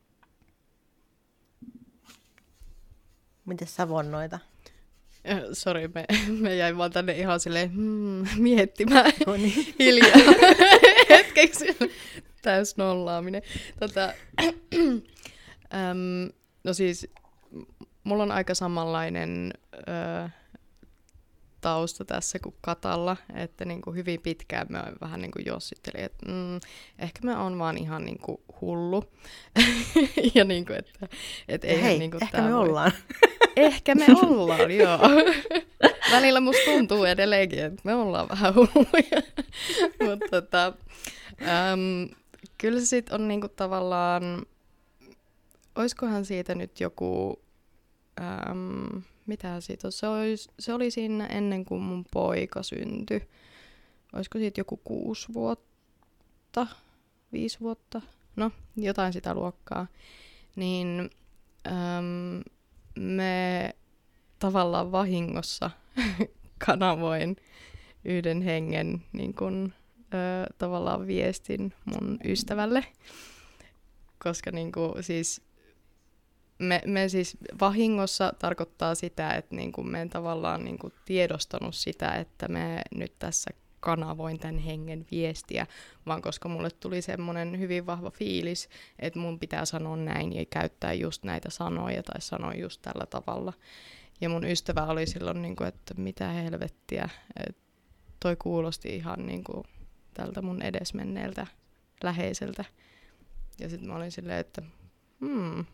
Miten sä vonnoita? Sori, me, me jäin vaan tänne ihan silleen hmm, miettimään no niin. hiljaa hetkeksi. Täys nollaaminen. Tota, äm, no siis, mulla on aika samanlainen ö, tausta tässä kuin Katalla, että niin kuin hyvin pitkään mä vähän niin kuin jossittelin, että mm, ehkä mä oon vaan ihan niin kuin hullu. ja niin kuin, että, että ja hei, niin kuin ehkä me voi. ollaan. Ehkä me ollaan, joo. Välillä musta tuntuu edelleenkin, että me ollaan vähän hulluja. Mutta tota, äm, kyllä se sit on niinku tavallaan, oiskohan siitä nyt joku, äm, mitä siitä on, se, olis, se oli siinä ennen kuin mun poika syntyi. Oisko siitä joku kuusi vuotta, viisi vuotta, no jotain sitä luokkaa. Niin äm, me tavallaan vahingossa kanavoin yhden hengen niin kun, ö, tavallaan viestin mun ystävälle, koska niin kun, siis, me, me siis vahingossa tarkoittaa sitä, että niin kun me en tavallaan niin kun tiedostanut sitä, että me nyt tässä kanavoin tämän hengen viestiä, vaan koska mulle tuli semmoinen hyvin vahva fiilis, että mun pitää sanoa näin ja käyttää just näitä sanoja tai sanoa just tällä tavalla. Ja mun ystävä oli silloin, niin kuin, että mitä helvettiä, että toi kuulosti ihan niin kuin tältä mun edesmenneeltä läheiseltä. Ja sitten mä olin silleen, että hmm,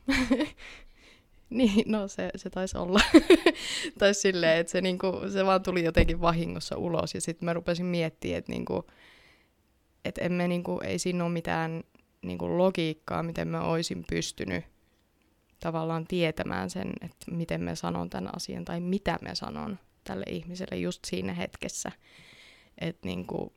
niin, no se, se taisi olla. tai silleen, että se, niinku, se vaan tuli jotenkin vahingossa ulos. Ja sitten mä rupesin miettimään, että niinku, et emme, niinku, ei siinä ole mitään niinku, logiikkaa, miten mä olisin pystynyt tavallaan tietämään sen, että miten mä sanon tämän asian tai mitä mä sanon tälle ihmiselle just siinä hetkessä. Että niinku,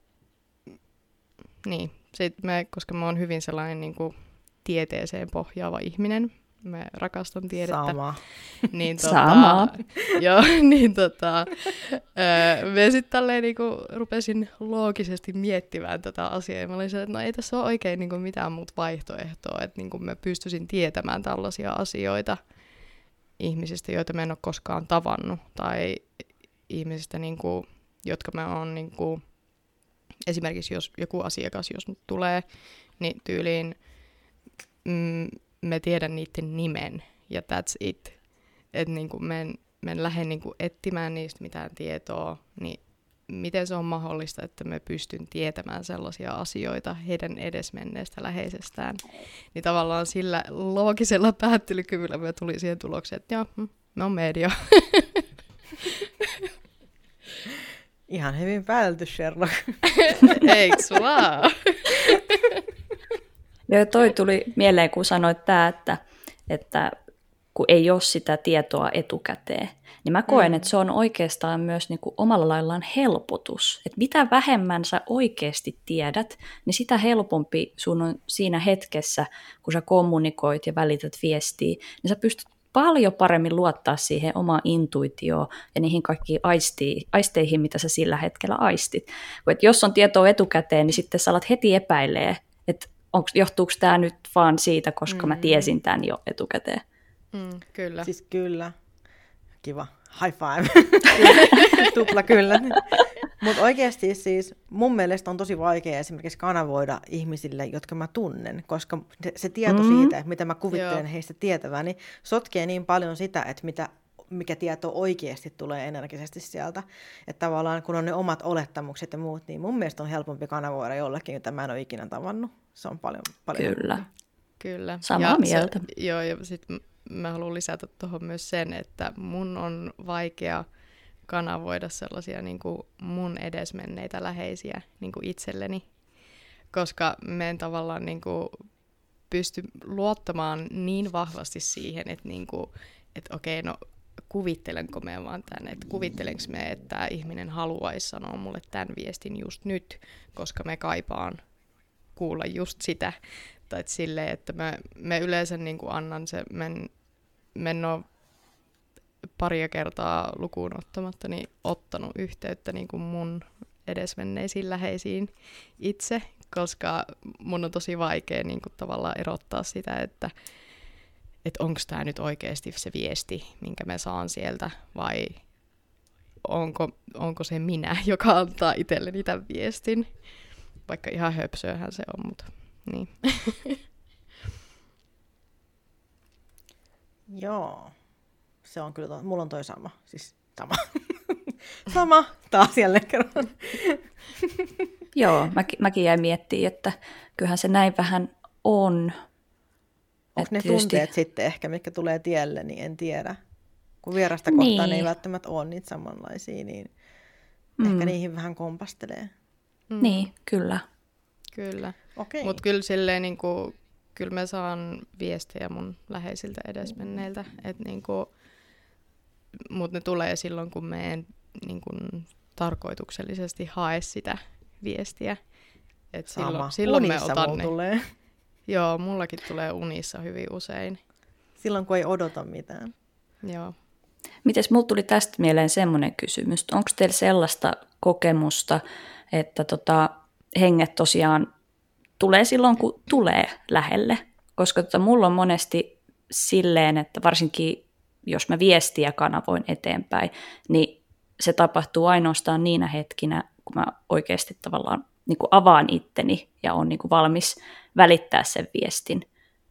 niin, sit mä, koska mä oon hyvin sellainen niinku, tieteeseen pohjaava ihminen, Mä rakastan tiedettä. Sama. Niin, tota, Sama. Joo, niin tota, mä sitten tälleen niinku rupesin loogisesti miettimään tätä asiaa, ja mä olin se, että no ei tässä ole oikein niinku mitään muuta vaihtoehtoa, että niinku mä pystyisin tietämään tällaisia asioita ihmisistä, joita mä en ole koskaan tavannut, tai ihmisistä, niinku, jotka mä oon, niinku, esimerkiksi jos joku asiakas, jos nyt tulee, niin tyyliin mm, mä tiedän niiden nimen, ja that's it. Että niinku mä en, mä en lähde niinku etsimään niistä mitään tietoa, niin miten se on mahdollista, että mä pystyn tietämään sellaisia asioita heidän edesmenneestä läheisestään. Niin tavallaan sillä loogisella päättelykyvyllä mä tulin siihen tulokseen, että joo, mä oon media. Ihan hyvin päätelty, Sherlock. Eiks vaan? Ja toi tuli mieleen, kun sanoit tää, että, että kun ei ole sitä tietoa etukäteen, niin mä koen, mm. että se on oikeastaan myös niin kuin omalla laillaan helpotus. Että mitä vähemmän sä oikeasti tiedät, niin sitä helpompi sun on siinä hetkessä, kun sä kommunikoit ja välität viestiä, niin sä pystyt paljon paremmin luottaa siihen omaan intuitioon ja niihin kaikkiin aistiin, aisteihin, mitä sä sillä hetkellä aistit. Et jos on tietoa etukäteen, niin sitten sä alat heti epäilee, että onks, johtuuko tämä nyt vaan siitä, koska mm. mä tiesin tämän jo etukäteen. Mm, kyllä. Siis kyllä. Kiva. High five. Tupla kyllä. Mutta oikeasti siis mun mielestä on tosi vaikea esimerkiksi kanavoida ihmisille, jotka mä tunnen, koska se tieto mm. siitä, että mitä mä kuvittelen Joo. heistä tietävää, niin sotkee niin paljon sitä, että mitä, mikä tieto oikeasti tulee energisesti sieltä. Että tavallaan kun on ne omat olettamukset ja muut, niin mun mielestä on helpompi kanavoida jollekin, jota mä en ole ikinä tavannut. Se on paljon, paljon Kyllä. helpompi. Kyllä. Samaa ja mieltä. Se, joo, ja sitten mä haluan lisätä tuohon myös sen, että mun on vaikea kanavoida sellaisia niin kuin mun edesmenneitä läheisiä niin kuin itselleni, koska mä en tavallaan niin kuin pysty luottamaan niin vahvasti siihen, että, niin kuin, että okei, no kuvittelenko mä vaan tämän, että kuvittelenko mä, että tämä ihminen haluaisi sanoa mulle tämän viestin just nyt, koska mä kaipaan kuulla just sitä. Tai silleen, että mä, mä yleensä niin kuin annan se, mä en, mä en ole paria kertaa lukuun ottamatta niin ottanut yhteyttä niin kuin mun edesmenneisiin läheisiin itse, koska mun on tosi vaikea niin kuin tavallaan erottaa sitä, että että onko tämä nyt oikeasti se viesti, minkä mä saan sieltä, vai onko, onko se minä, joka antaa itselleni tämän viestin. Vaikka ihan höpsöähän se on, mutta niin. Joo, se on kyllä, to- mulla on toi sama, siis sama, sama, taas jälleen kerran. Joo, mäkin, mäkin jäin miettimään, että kyllähän se näin vähän on. Onko ne tietysti tunteet sitten ehkä, mitkä tulee tielle, niin en tiedä. Kun vierasta niin. kohtaan ne ei välttämättä ole niitä samanlaisia, niin mm. ehkä niihin vähän kompastelee. Mm. Niin, kyllä. Kyllä. Okay. Mutta kyllä silleen niinku, kyllä mä saan viestejä mun läheisiltä edesmenneiltä, että niinku, mut ne tulee silloin, kun mä en niinku tarkoituksellisesti hae sitä viestiä. Et Sama. Silloin, silloin Unissa mä otan mulla ne. tulee. Joo, mullakin tulee unissa hyvin usein. Silloin, kun ei odota mitään. Joo. Mites mulla tuli tästä mieleen semmoinen kysymys, onko teillä sellaista kokemusta, että tota, henget tosiaan tulee silloin, kun tulee lähelle? Koska tota, mulla on monesti silleen, että varsinkin jos mä viestiä kanavoin eteenpäin, niin se tapahtuu ainoastaan niinä hetkinä, kun mä oikeasti tavallaan niin kuin avaan itteni ja on niin kuin valmis välittää sen viestin.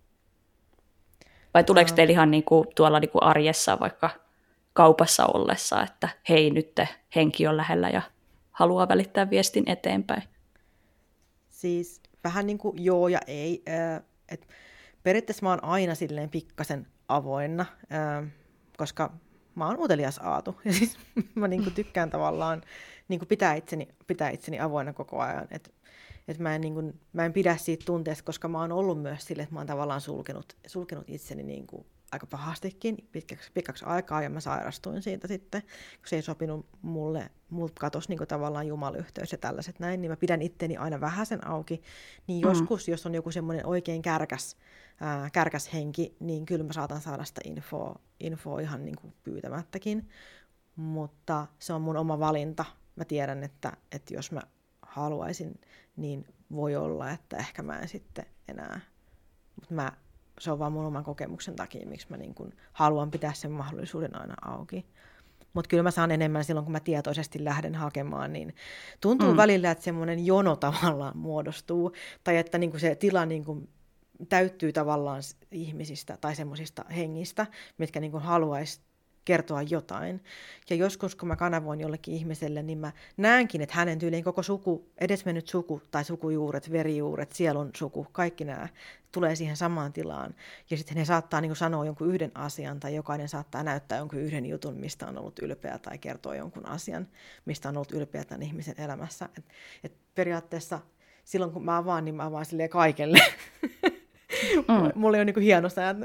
Vai tuleeko teillä ihan niin kuin tuolla niin kuin arjessa vaikka kaupassa ollessa, että hei, nyt henki on lähellä ja haluaa välittää viestin eteenpäin? Siis vähän niin kuin joo ja ei. Et periaatteessa mä oon aina silleen pikkasen avoinna, koska mä oon utelias aatu. Ja siis mä niin kuin tykkään tavallaan niin kuin pitää, itseni, pitää itseni avoinna koko ajan. Et, et mä, en niin kuin, mä en pidä siitä tunteesta, koska mä oon ollut myös sille, että mä oon tavallaan sulkenut, sulkenut itseni niin kuin aika pahastikin pitkäksi, pitkäksi aikaa, ja mä sairastuin siitä sitten, kun se ei sopinut mulle, multa katosi niin kuin tavallaan jumalayhteys ja tällaiset näin, niin mä pidän itteni aina vähäsen auki, niin joskus, mm. jos on joku semmoinen oikein kärkäs, ää, kärkäs henki, niin kyllä mä saatan saada sitä infoa, infoa ihan niin kuin pyytämättäkin, mutta se on mun oma valinta. Mä tiedän, että, että jos mä haluaisin, niin voi olla, että ehkä mä en sitten enää, mutta mä se on vaan mun oman kokemuksen takia, miksi mä niin kun haluan pitää sen mahdollisuuden aina auki. Mutta kyllä mä saan enemmän silloin, kun mä tietoisesti lähden hakemaan, niin tuntuu mm. välillä, että semmoinen jono tavallaan muodostuu, tai että niin kun se tila niin kun täyttyy tavallaan ihmisistä tai semmoisista hengistä, mitkä niin kun haluaisi kertoa jotain. Ja joskus, kun mä kanavoin jollekin ihmiselle, niin mä näenkin, että hänen tyyliin koko suku, edesmennyt suku tai sukujuuret, verijuuret, sielun suku, kaikki nämä tulee siihen samaan tilaan. Ja sitten he saattaa niin kuin sanoa jonkun yhden asian, tai jokainen saattaa näyttää jonkun yhden jutun, mistä on ollut ylpeä, tai kertoa jonkun asian, mistä on ollut ylpeä tämän ihmisen elämässä. Et, et periaatteessa silloin, kun mä avaan, niin mä avaan silleen kaikelle. Mm. Mulla on niin kuin hieno sääntö.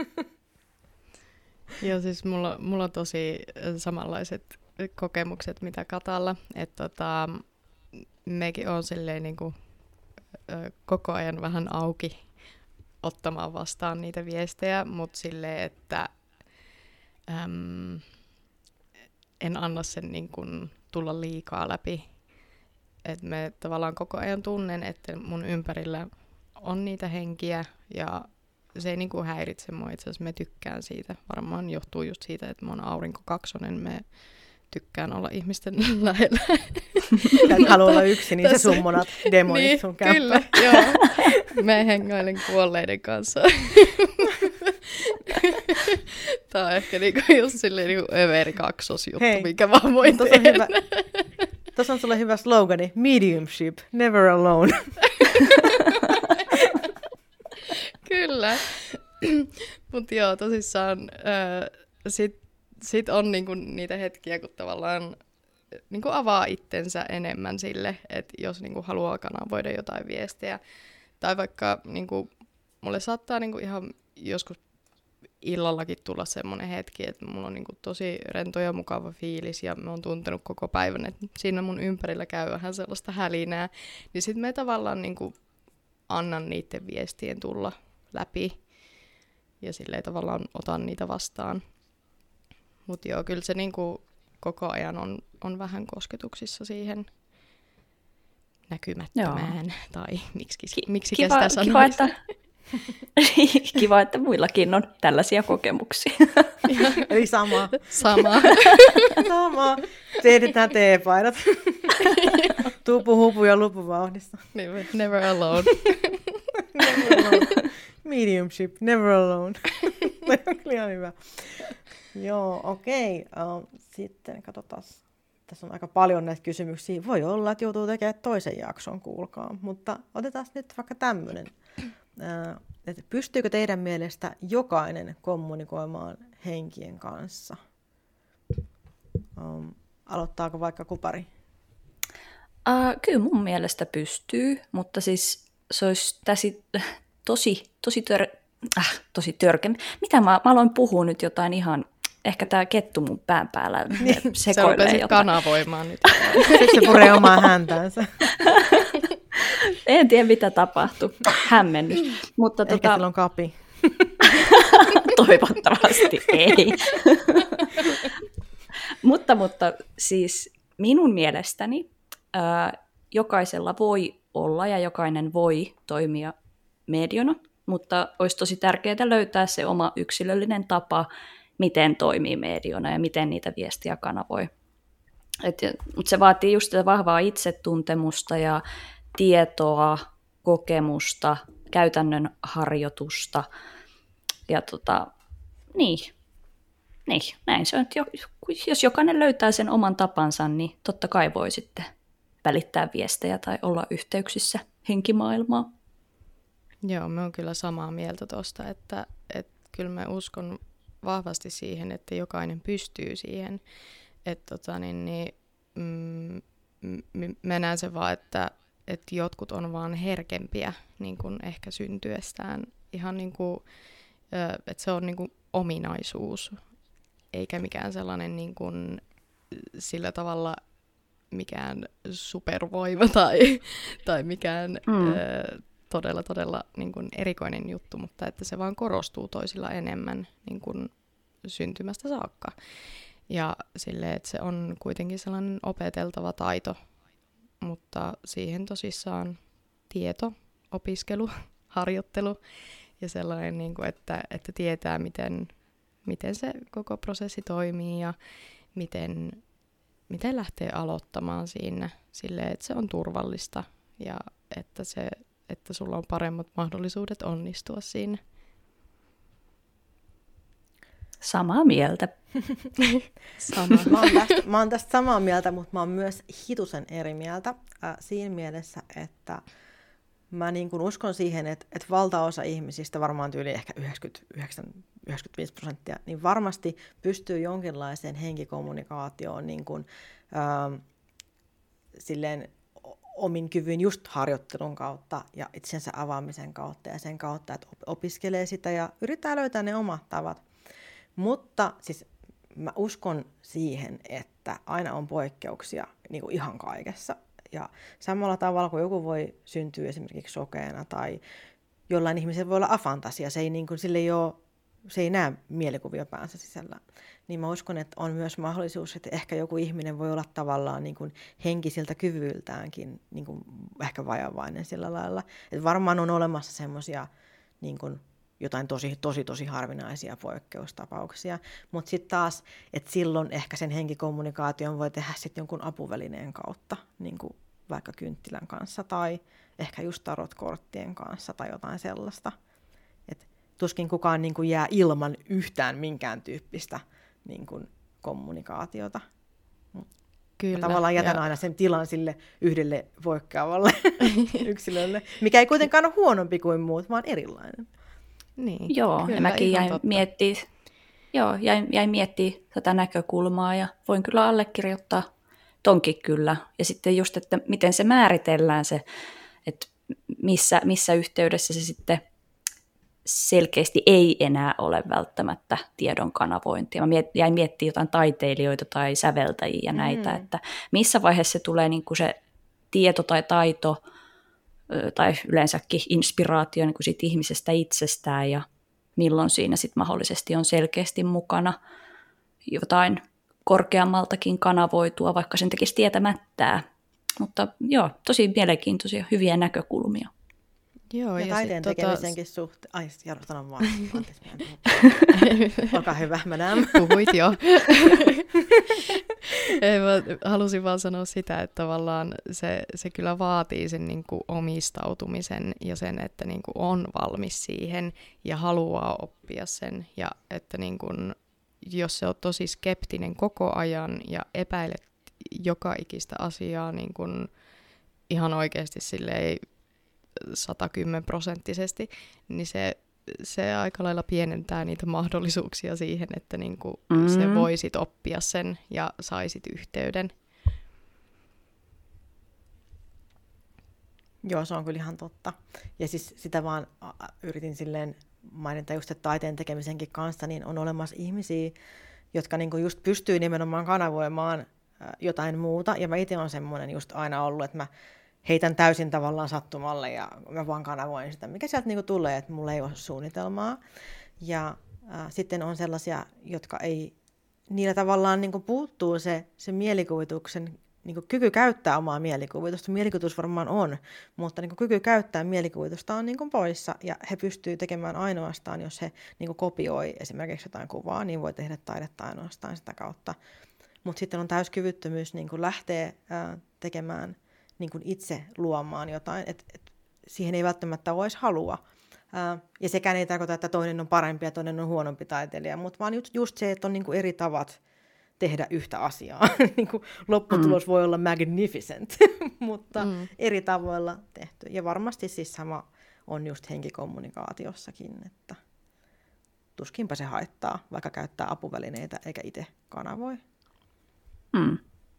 Joo, siis mulla, mulla on tosi samanlaiset kokemukset, mitä Katalla. Että tota, mekin on silleen niin kuin, ö, koko ajan vähän auki ottamaan vastaan niitä viestejä, mutta silleen, että äm, en anna sen niin kuin tulla liikaa läpi. Että me tavallaan koko ajan tunnen, että mun ympärillä on niitä henkiä ja se ei niinku häiritse mua, itse asiassa me tykkään siitä. Varmaan johtuu just siitä, että mä oon aurinko kaksonen, me tykkään olla ihmisten lähellä. Sä et halua olla yksin, niin sä summonat demonit niin, sun kämppään. Kyllä, joo. Mä hengailen kuolleiden kanssa. Tää on ehkä niinku just silleen niinku överi kaksosjuttu, hei, minkä vaan voin tehdä. Tuossa on sulle hyvä slogani, mediumship, never alone. Kyllä. Mutta joo, tosissaan äh, sit, sit on niinku niitä hetkiä, kun tavallaan niinku avaa itsensä enemmän sille, että jos niinku haluaa kanavoida jotain viestiä. Tai vaikka niinku, mulle saattaa niinku ihan joskus illallakin tulla semmoinen hetki, että mulla on niinku tosi rento ja mukava fiilis ja mä oon tuntenut koko päivän, että siinä mun ympärillä käy vähän sellaista hälinää. Niin sit me tavallaan niinku annan niiden viestien tulla läpi ja silleen tavallaan otan niitä vastaan. Mutta joo, kyllä se niinku koko ajan on, on vähän kosketuksissa siihen näkymättömään, joo, tai miksi, Ki- miksi kiva, sitä sanoisi. Kiva että, kiva, että muillakin on tällaisia kokemuksia. Eli sama. Sama. Sama. Tehdään teepaidat. Tupu, hupu ja lupu vauhdissa. Never, never alone. Never alone. Mediumship, never alone. Tämä on kyllä ihan hyvä. Joo, okei. Okay. Uh, sitten katsotaan. Tässä on aika paljon näitä kysymyksiä. Voi olla, että joutuu tekemään toisen jakson, kuulkaa. Mutta otetaan nyt vaikka tämmöinen. Uh, että pystyykö teidän mielestä jokainen kommunikoimaan henkien kanssa? Um, aloittaako vaikka Kupari? Uh, kyllä mun mielestä pystyy, mutta siis se olisi täsi, tosi, tosi, tör, äh, tosi törkeä. Mitä mä, mä aloin puhua nyt jotain ihan, ehkä tää kettu mun pään päällä niin, sekoilee se jotain. kanavoimaan nyt. Se puree omaa häntäänsä. En tiedä mitä tapahtui. Hämmennys. Mutta ehkä tota... sillä on kapi. Toivottavasti ei. mutta, mutta siis minun mielestäni ää, jokaisella voi olla ja jokainen voi toimia mediona, mutta olisi tosi tärkeää löytää se oma yksilöllinen tapa, miten toimii mediona ja miten niitä viestiä kanavoi. Et, mutta se vaatii just sitä vahvaa itsetuntemusta ja tietoa, kokemusta, käytännön harjoitusta. Ja tota, niin, niin, näin se on. Jos jokainen löytää sen oman tapansa, niin totta kai voi sitten välittää viestejä tai olla yhteyksissä henkimaailmaan. Joo, me on kyllä samaa mieltä tuosta, että, että kyllä mä uskon vahvasti siihen, että jokainen pystyy siihen. Että tota, niin, niin, mm, m- mä näen se vaan, että, että jotkut on vaan herkempiä niin kuin ehkä syntyestään. Ihan niin kuin, että se on niin kuin ominaisuus, eikä mikään sellainen niin kuin, sillä tavalla mikään supervoima tai, tai mikään mm. ö, todella, todella niin kuin erikoinen juttu, mutta että se vaan korostuu toisilla enemmän niin kuin syntymästä saakka. Ja silleen, että se on kuitenkin sellainen opeteltava taito, mutta siihen tosissaan tieto, opiskelu, harjoittelu ja sellainen, niin kuin, että, että tietää, miten, miten se koko prosessi toimii ja miten, miten lähtee aloittamaan siinä silleen, että se on turvallista ja että, se, että sulla on paremmat mahdollisuudet onnistua siinä. Samaa mieltä. Sama. Mä oon, tästä, mä oon tästä samaa mieltä, mutta mä oon myös hitusen eri mieltä äh, siinä mielessä, että mä niin kun uskon siihen, että, että valtaosa ihmisistä, varmaan tyyli ehkä yhdeksänkymmentäyhdeksän yhdeksänkymmentäviisi prosenttia, niin varmasti pystyy jonkinlaiseen henkikommunikaatioon niin kun, äh, silleen omin kyvyin just harjoittelun kautta ja itsensä avaamisen kautta ja sen kautta, että opiskelee sitä ja yrittää löytää ne omat tavat. Mutta siis mä uskon siihen, että aina on poikkeuksia niin kuin ihan kaikessa. Ja samalla tavalla kuin joku voi syntyä esimerkiksi sokeena tai jollain ihmisellä voi olla afantasia, se ei, niin kuin, sille ei, ole, se ei näe mielikuvia päänsä sisällä. Niin mä uskon, että on myös mahdollisuus, että ehkä joku ihminen voi olla tavallaan niin kuin henkisiltä kyvyiltäänkin niin kuin ehkä vajavainen sillä lailla. Että varmaan on olemassa semmoisia niin kuin jotain tosi, tosi, tosi harvinaisia poikkeustapauksia. Mutta sitten taas, että silloin ehkä sen henkikommunikaation voi tehdä sitten jonkun apuvälineen kautta, niin kuin vaikka kynttilän kanssa tai ehkä just tarotkorttien kanssa tai jotain sellaista. Et tuskin kukaan niin kuin jää ilman yhtään minkään tyyppistä niin kuin kommunikaatiota. Kyllä. Mä tavallaan jätän ja aina sen tilan sille yhdelle poikkeavalle yksilölle, mikä ei kuitenkaan ole huonompi kuin muut, vaan erilainen. Niin, joo, kyllä, ja mäkin jäin miettimään, joo, jäin, jäin miettimään tätä näkökulmaa ja voin kyllä allekirjoittaa tonkin kyllä. Ja sitten just, että miten se määritellään se, että missä, missä yhteydessä se sitten selkeästi ei enää ole välttämättä tiedon kanavointia. Mä miet, jäin miettimään jotain taiteilijoita tai säveltäjiä ja näitä, mm. että missä vaiheessa se tulee niin kuin se tieto tai taito tai yleensäkin inspiraatio niin kuin siitä ihmisestä itsestään ja milloin siinä sit mahdollisesti on selkeästi mukana jotain korkeammaltakin kanavoitua, vaikka sen tekisi tietämättää. Mutta joo, tosi mielenkiintoisia, hyviä näkökulmia. Joo, ja, ja taiteen tekemisenkin tota suhteen. Ai, Jaro, sanon vaan. Olkaa hyvä, madame. Puhuit jo. Ei, mä halusin vaan sanoa sitä, että tavallaan se, se kyllä vaatii sen niin kuin omistautumisen ja sen, että niin kuin on valmis siihen ja haluaa oppia sen. Ja että niin kuin, jos se on tosi skeptinen koko ajan ja epäilet joka ikistä asiaa niin kuin ihan oikeasti silleen satakymmentä prosenttisesti, niin se, se aika lailla pienentää niitä mahdollisuuksia siihen, että niinku mm. se voisit oppia sen ja saisit yhteyden. Joo, se on kyllä ihan totta. Ja siis sitä vaan yritin silleen mainita just, että taiteen tekemisenkin kanssa, niin on olemassa ihmisiä, jotka niinku just pystyy nimenomaan kanavoimaan jotain muuta. Ja mä itse olen semmoinen just aina ollut, että mä heitän täysin tavallaan sattumalle ja mä vaan kanavoin sitä, mikä sieltä niinku tulee, että mulla ei ole suunnitelmaa. Ja äh, sitten on sellaisia, jotka ei, niillä tavallaan niinku puuttuu se, se mielikuvituksen niinku kyky käyttää omaa mielikuvitusta. Mielikuvitus varmaan on, mutta niinku kyky käyttää mielikuvitusta on niinku poissa ja he pystyvät tekemään ainoastaan, jos he niinku kopioi esimerkiksi jotain kuvaa, niin voi tehdä taidetta ainoastaan sitä kautta. Mutta sitten on täyskyvyttömyys niinku lähteä äh, tekemään niin kuin itse luomaan jotain, että et siihen ei välttämättä ole edes halua. Ää, ja sekään ei tarkoita, että toinen on parempi ja toinen on huonompi taiteilija, mutta vaan just, just se, että on niin kuin eri tavat tehdä yhtä asiaa. niin kuin lopputulos mm. voi olla magnificent, mutta mm. eri tavoilla tehty. Ja varmasti siis sama on just henkikommunikaatiossakin, että tuskinpä se haittaa, vaikka käyttää apuvälineitä eikä itse kanavoi. Mm.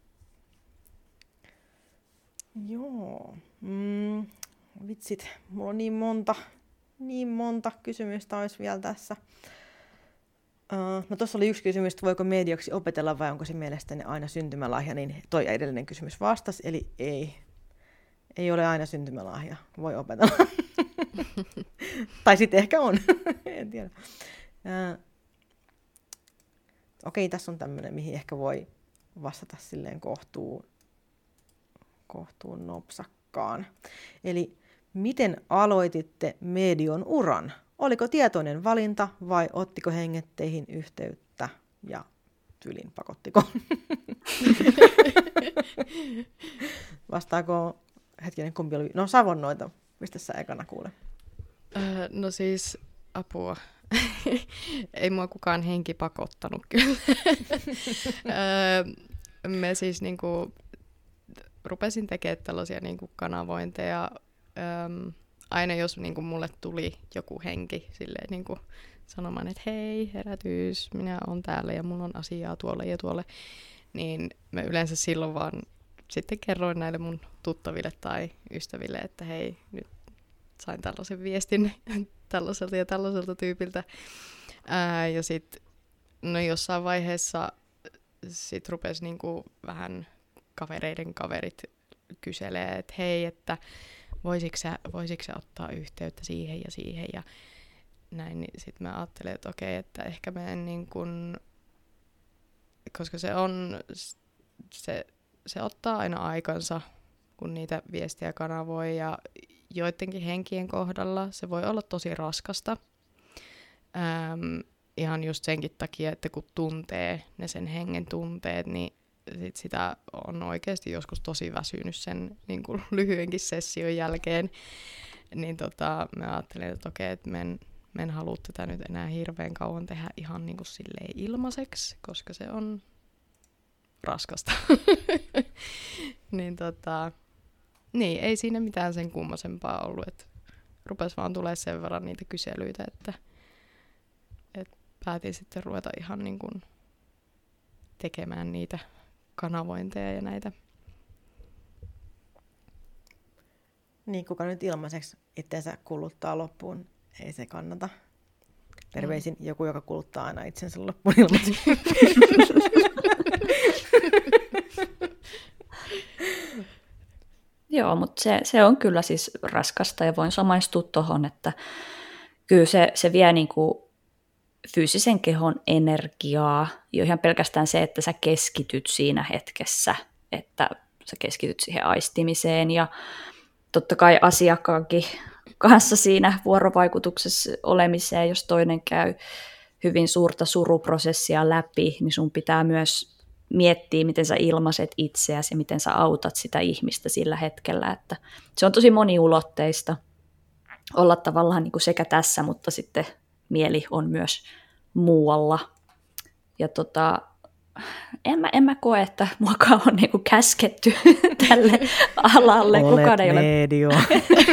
Joo, mm, vitsit, mulla on niin monta, niin monta kysymystä olisi vielä tässä. Uh, no tuossa oli yksi kysymys, että voiko medioksi opetella vai onko se mielestäni aina syntymälahja, niin toi edellinen kysymys vastasi, eli ei. Ei ole aina syntymälahja, voi opetella. Tai sitten ehkä on, en tiedä. Uh, Okei, tässä on tämmöinen, mihin ehkä voi vastata silleen kohtuun, kohtuun nopsakkaan. Eli miten aloititte medion uran? Oliko tietoinen valinta vai ottiko henget teihin yhteyttä ja tylin pakottiko? Vastaako, hetkinen, kumpi oli? No Savonnoita, mistä sä ekana kuule? Öö, no siis apua. Ei mua kukaan henki pakottanut kyllä. öö, me siis niinku rupesin tekemään tällaisia niinku kanavointeja. Öö, aina jos niinku mulle tuli joku henki silleen niinku sanomaan, että hei, herätys, minä olen täällä ja mulla on asiaa tuolle ja tuolle, niin mä yleensä silloin vaan sitten kerroin näille mun tuttaville tai ystäville, että hei, nyt sain tällaisen viestin tällaiselta ja tällaiselta tyypiltä. Ää, ja sitten no jossain vaiheessa sit rupesi niinku vähän kavereiden kaverit kyselee, että hei, että voisitko sä, voisitko sä ottaa yhteyttä siihen ja siihen ja näin, niin sitten mä ajattelin, että okei, että ehkä mä en niin kuin, koska se on, se, se ottaa aina aikansa, kun niitä viestejä kanavoi ja joidenkin henkien kohdalla se voi olla tosi raskasta. Ähm, ihan just senkin takia, että kun tuntee ne sen hengen tunteet, niin sit sitä on oikeasti joskus tosi väsynyt sen niin kuin lyhyenkin session jälkeen. Niin tota, mä ajattelin, että okei, että mä en, mä en halua tätä nyt enää hirveän kauan tehdä ihan niin kuin silleen ilmaiseksi, koska se on raskasta. niin tota, niin, ei siinä mitään sen kummasempaa ollut, että rupesi vaan tulee sen verran niitä kyselyitä, että, että päätin sitten ruveta ihan niin kuin tekemään niitä kanavointeja ja näitä. Niin, kuka nyt ilmaiseksi itseensä kuluttaa loppuun, ei se kannata. Terveisin mm. joku, joka kuluttaa aina itsensä loppuun ilmaiseksi. Joo, mutta se, se on kyllä siis raskasta ja voin samaistua tuohon, että kyllä se, se vie niinku fyysisen kehon energiaa, jo ihan pelkästään se, että sä keskityt siinä hetkessä, että sä keskityt siihen aistimiseen ja totta kai asiakkaankin kanssa siinä vuorovaikutuksessa olemiseen, jos toinen käy hyvin suurta suruprosessia läpi, niin sun pitää myös miettiä, miten sä ilmaiset itseäsi ja miten sä autat sitä ihmistä sillä hetkellä, että se on tosi moniulotteista olla tavallaan niin kuin sekä tässä, mutta sitten mieli on myös muualla. Ja tota, en mä, en mä koe, että muakaan on niinku käsketty tälle alalle. Olet kukaan ei medio. ole...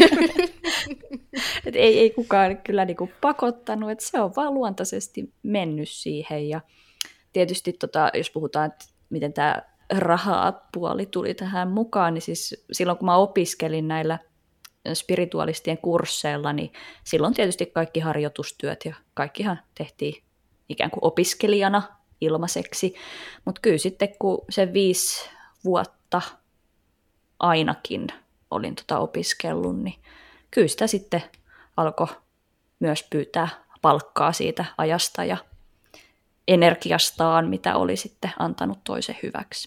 Et ei, ei kukaan kyllä niinku pakottanut, että se on vaan luontaisesti mennyt siihen. Ja tietysti tota, jos puhutaan, että miten tämä raha-puoli tuli tähän mukaan, niin siis silloin kun mä opiskelin näillä spiritualistien kursseilla, niin silloin tietysti kaikki harjoitustyöt ja kaikkihan tehtiin ikään kuin opiskelijana ilmaiseksi, mutta kyllä sitten kun se viisi vuotta ainakin olin tota opiskellut, niin kyllä sitä sitten alkoi myös pyytää palkkaa siitä ajasta ja energiastaan, mitä oli sitten antanut toisen hyväksi.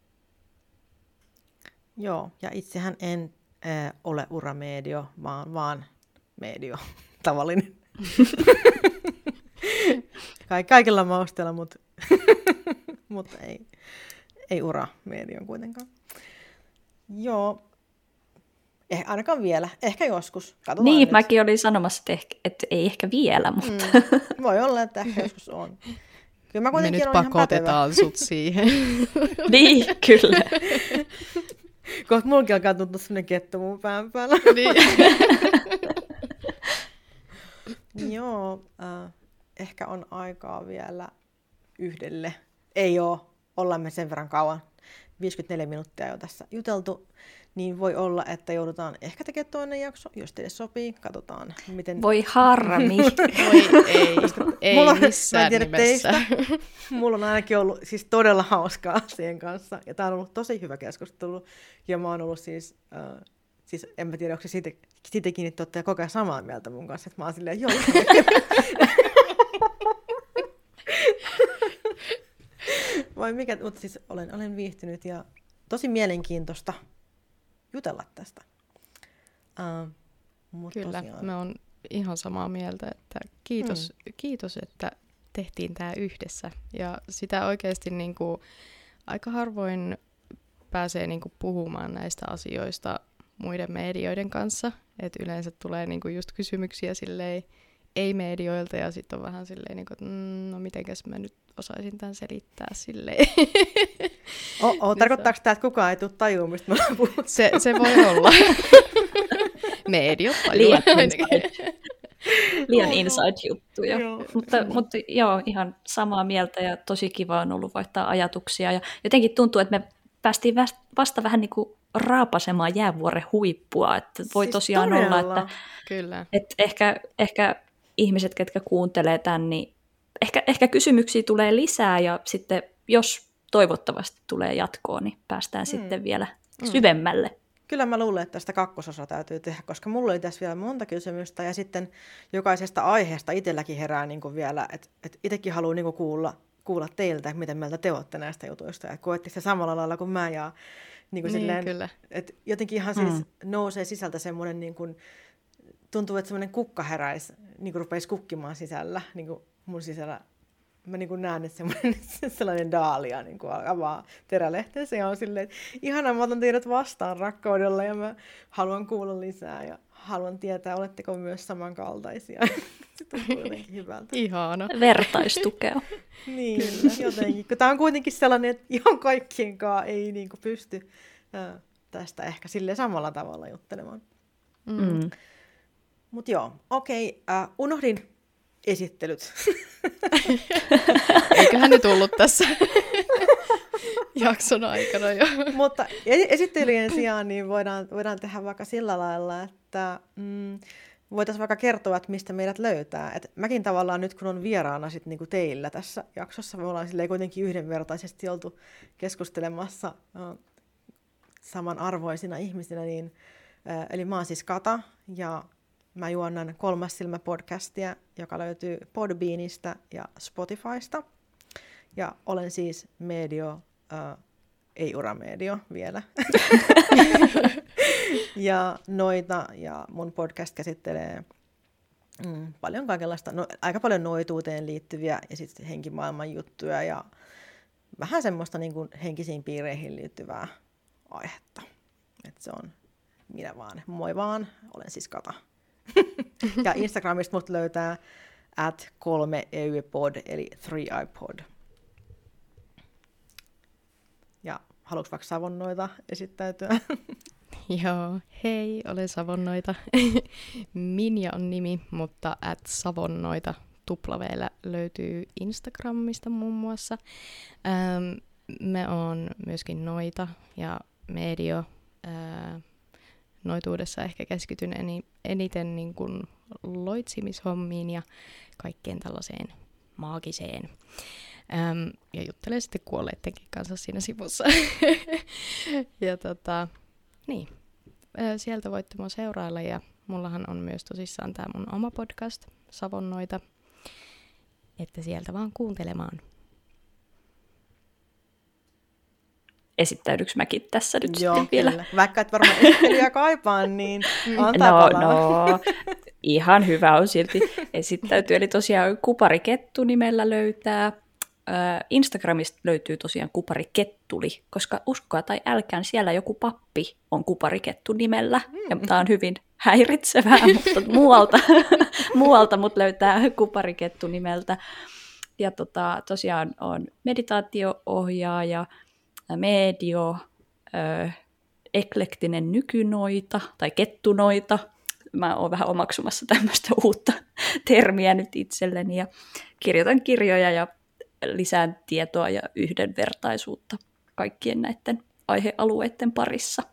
Joo, ja itsehän en äh, ole uramedio, vaan, vaan medio, tavallinen. Ka- kaikilla mausteella, mutta mut ei, ei uramedion kuitenkaan. Joo, eh, ainakaan vielä, ehkä joskus. Katsotaan niin, nyt. Mäkin olin sanomassa, että, ehkä, että ei ehkä vielä, mutta... Mm, voi olla, että ehkä joskus on. Kyllä mä Me nyt pakotetaan sut siihen. Niin, kyllä. Kohta mullakin alkaa tuntua sellainen kettu mun pään päällä. Niin. Joo, äh, ehkä on aikaa vielä yhdelle. Ei oo, ollaan me sen verran kauan viisikymmentäneljä minuuttia jo tässä juteltu, niin voi olla, että joudutaan ehkä tekemään toinen jakso, jos teille sopii. Katsotaan, miten... Voi harmi. Voi ei, ei mulla, missään tiedä nimessä. Teistä, mulla on ainakin ollut siis todella hauskaa siihen kanssa. Ja tää on ollut tosi hyvä keskustelu. Ja mä oon ollut siis... Äh, siis en mä tiedä, onko se siitä, siitäkin, että olette koko ajan samaa mieltä mun kanssa. Että mä oon silleen, joo. Vai mikä, mutta siis olen, olen viihtynyt ja tosi mielenkiintoista jutella tästä. Uh, mut Kyllä, tosiaan... me on ihan samaa mieltä, että kiitos, mm. kiitos että tehtiin tämä yhdessä. Ja sitä oikeasti niin kuin, aika harvoin pääsee niin kuin, puhumaan näistä asioista muiden medioiden kanssa. Et yleensä tulee niin kuin, just kysymyksiä silleen, ei-medioilta ja sitten on vähän silleen, niin kuin, että mm, no mitenkäs mä nyt osaisin tämän selittää silleen. Oh, oh, tarkoittaako tämä, että kukaan ei tule tajua, mistä mä puhun? Se, se voi olla. Mediot tajua. Liian inside-juttuja. Joo. Mutta, mutta joo, ihan samaa mieltä ja tosi kiva on ollut vaihtaa ajatuksia. Ja jotenkin tuntuu, että me päästiin vasta vähän niin kuin raapasemaan jäävuoren huippua. Että voi siis tosiaan todella olla, että, Kyllä. että ehkä, ehkä ihmiset, ketkä kuuntelee tämän, niin ehkä, ehkä kysymyksiä tulee lisää ja sitten jos toivottavasti tulee jatkoa, niin päästään mm. sitten vielä mm. syvemmälle. Kyllä mä luulen, että tästä kakkososa täytyy tehdä, koska mulla oli tässä vielä monta kysymystä ja sitten jokaisesta aiheesta itselläkin herää niin kuin vielä, että, että itsekin haluan niin kuin kuulla, kuulla teiltä, että miten mieltä te olette näistä jutuista ja koettiin se samalla lailla kuin mä ja niin kuin niin, silleen, kyllä. että jotenkin ihan siis mm. nousee sisältä semmoinen, niin kuin, tuntuu, että semmoinen kukka heräisi, niin kuin rupeisi kukkimaan sisällä, niin kuin mun sisällä. Mä niin kuin näen, että semmoinen, sellainen daalia niin kuin avaa terälehteensä ja on silleen, että ihanaa, mä otan teidät vastaan rakkaudella ja mä haluan kuulla lisää ja haluan tietää, oletteko myös samankaltaisia. Se tuntuu jotenkin hyvältä. Ihana. Vertaistukea. Niin, kyllä, jotenkin. Kun tää on kuitenkin sellainen, että ihan kaikkienkaan ei niin kuin pysty äh, tästä ehkä silleen samalla tavalla juttelemaan. Mm. Mut joo, okei, okay, äh, unohdin esittelyt. Eiköhän ne tullut tässä jakson aikana jo. Mutta esittelyjen sijaan niin voidaan, voidaan tehdä vaikka sillä lailla, että mm, voitaisiin vaikka kertoa, että mistä meidät löytää. Et mäkin tavallaan nyt, kun on vieraana sit niinku teillä tässä jaksossa, me ollaan kuitenkin yhdenvertaisesti oltu keskustelemassa uh, samanarvoisina ihmisinä. Niin, uh, eli mä oon siis Kata ja mä juonnan Kolmas silmä podcastia, joka löytyy Podbeanista ja Spotifysta. Ja olen siis medio, äh, ei uramedio vielä. ja noita, ja mun podcast käsittelee mm, paljon kaikenlaista, no, aika paljon noituuteen liittyviä ja sitten henkimaailman juttuja ja vähän semmoista niin kuin henkisiin piireihin liittyvää aihetta. Et se on minä vaan, moi vaan, olen siis Kata. Ja Instagramista mut löytää at kolme eupod, eli three iPod. Ja haluatko vaikka Savonnoita esittäytyä? Joo, hei, olen Savonnoita. Minja on nimi, mutta at Savonnoita tuplaveellä löytyy Instagramista muun muassa. Ähm, me on myöskin noita ja medio. Äh, Noituudessa ehkä keskityn eni, eniten niin kuin loitsimishommiin ja kaikkeen tällaiseen maagiseen. Öm, ja juttelen sitten kuolleittenkin kanssa siinä sivussa. ja tota, niin, sieltä voitte mua seurailla ja mullahan on myös tosissaan tää mun oma podcast, Savonnoita, että sieltä vaan kuuntelemaan. Esittäydyks mäkin tässä nyt Joo, sitten vielä? Kyllä. Vaikka et varmaan esittelyä kaipaan, niin antaa no, palaa. No, ihan hyvä on silti esittäytyä. Eli tosiaan Kuparikettu nimellä löytää. Instagramista löytyy tosiaan Kuparikettuli, koska uskoa tai älkään, siellä joku pappi on Kuparikettu nimellä. Mm. Ja tämä on hyvin häiritsevää, mutta muualta, muualta mut löytää Kuparikettu nimeltä. Ja tota, tosiaan on meditaatio-ohjaaja, medio, ö, eklektinen nykynoita tai kettunoita. Mä oon vähän omaksumassa tämmöistä uutta termiä nyt itselleni ja kirjoitan kirjoja ja lisään tietoa ja yhdenvertaisuutta kaikkien näiden aihealueiden parissa.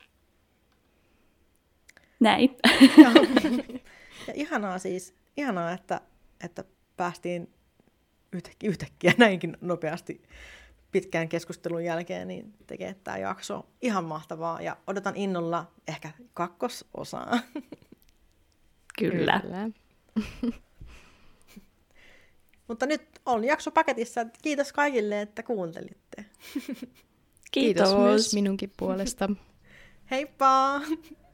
Näin. Ja, ja ihanaa siis, ihanaa, että, että päästiin yhtäkkiä, yhtäkkiä näinkin nopeasti pitkään keskustelun jälkeen niin tekee tämä jakso ihan mahtavaa ja odotan innolla ehkä kakkososaa. Kyllä. Kyllä. Mutta nyt on jakso paketissa. Kiitos kaikille, että kuuntelitte. Kiitos. Kiitos myös minunkin puolesta. Heippa!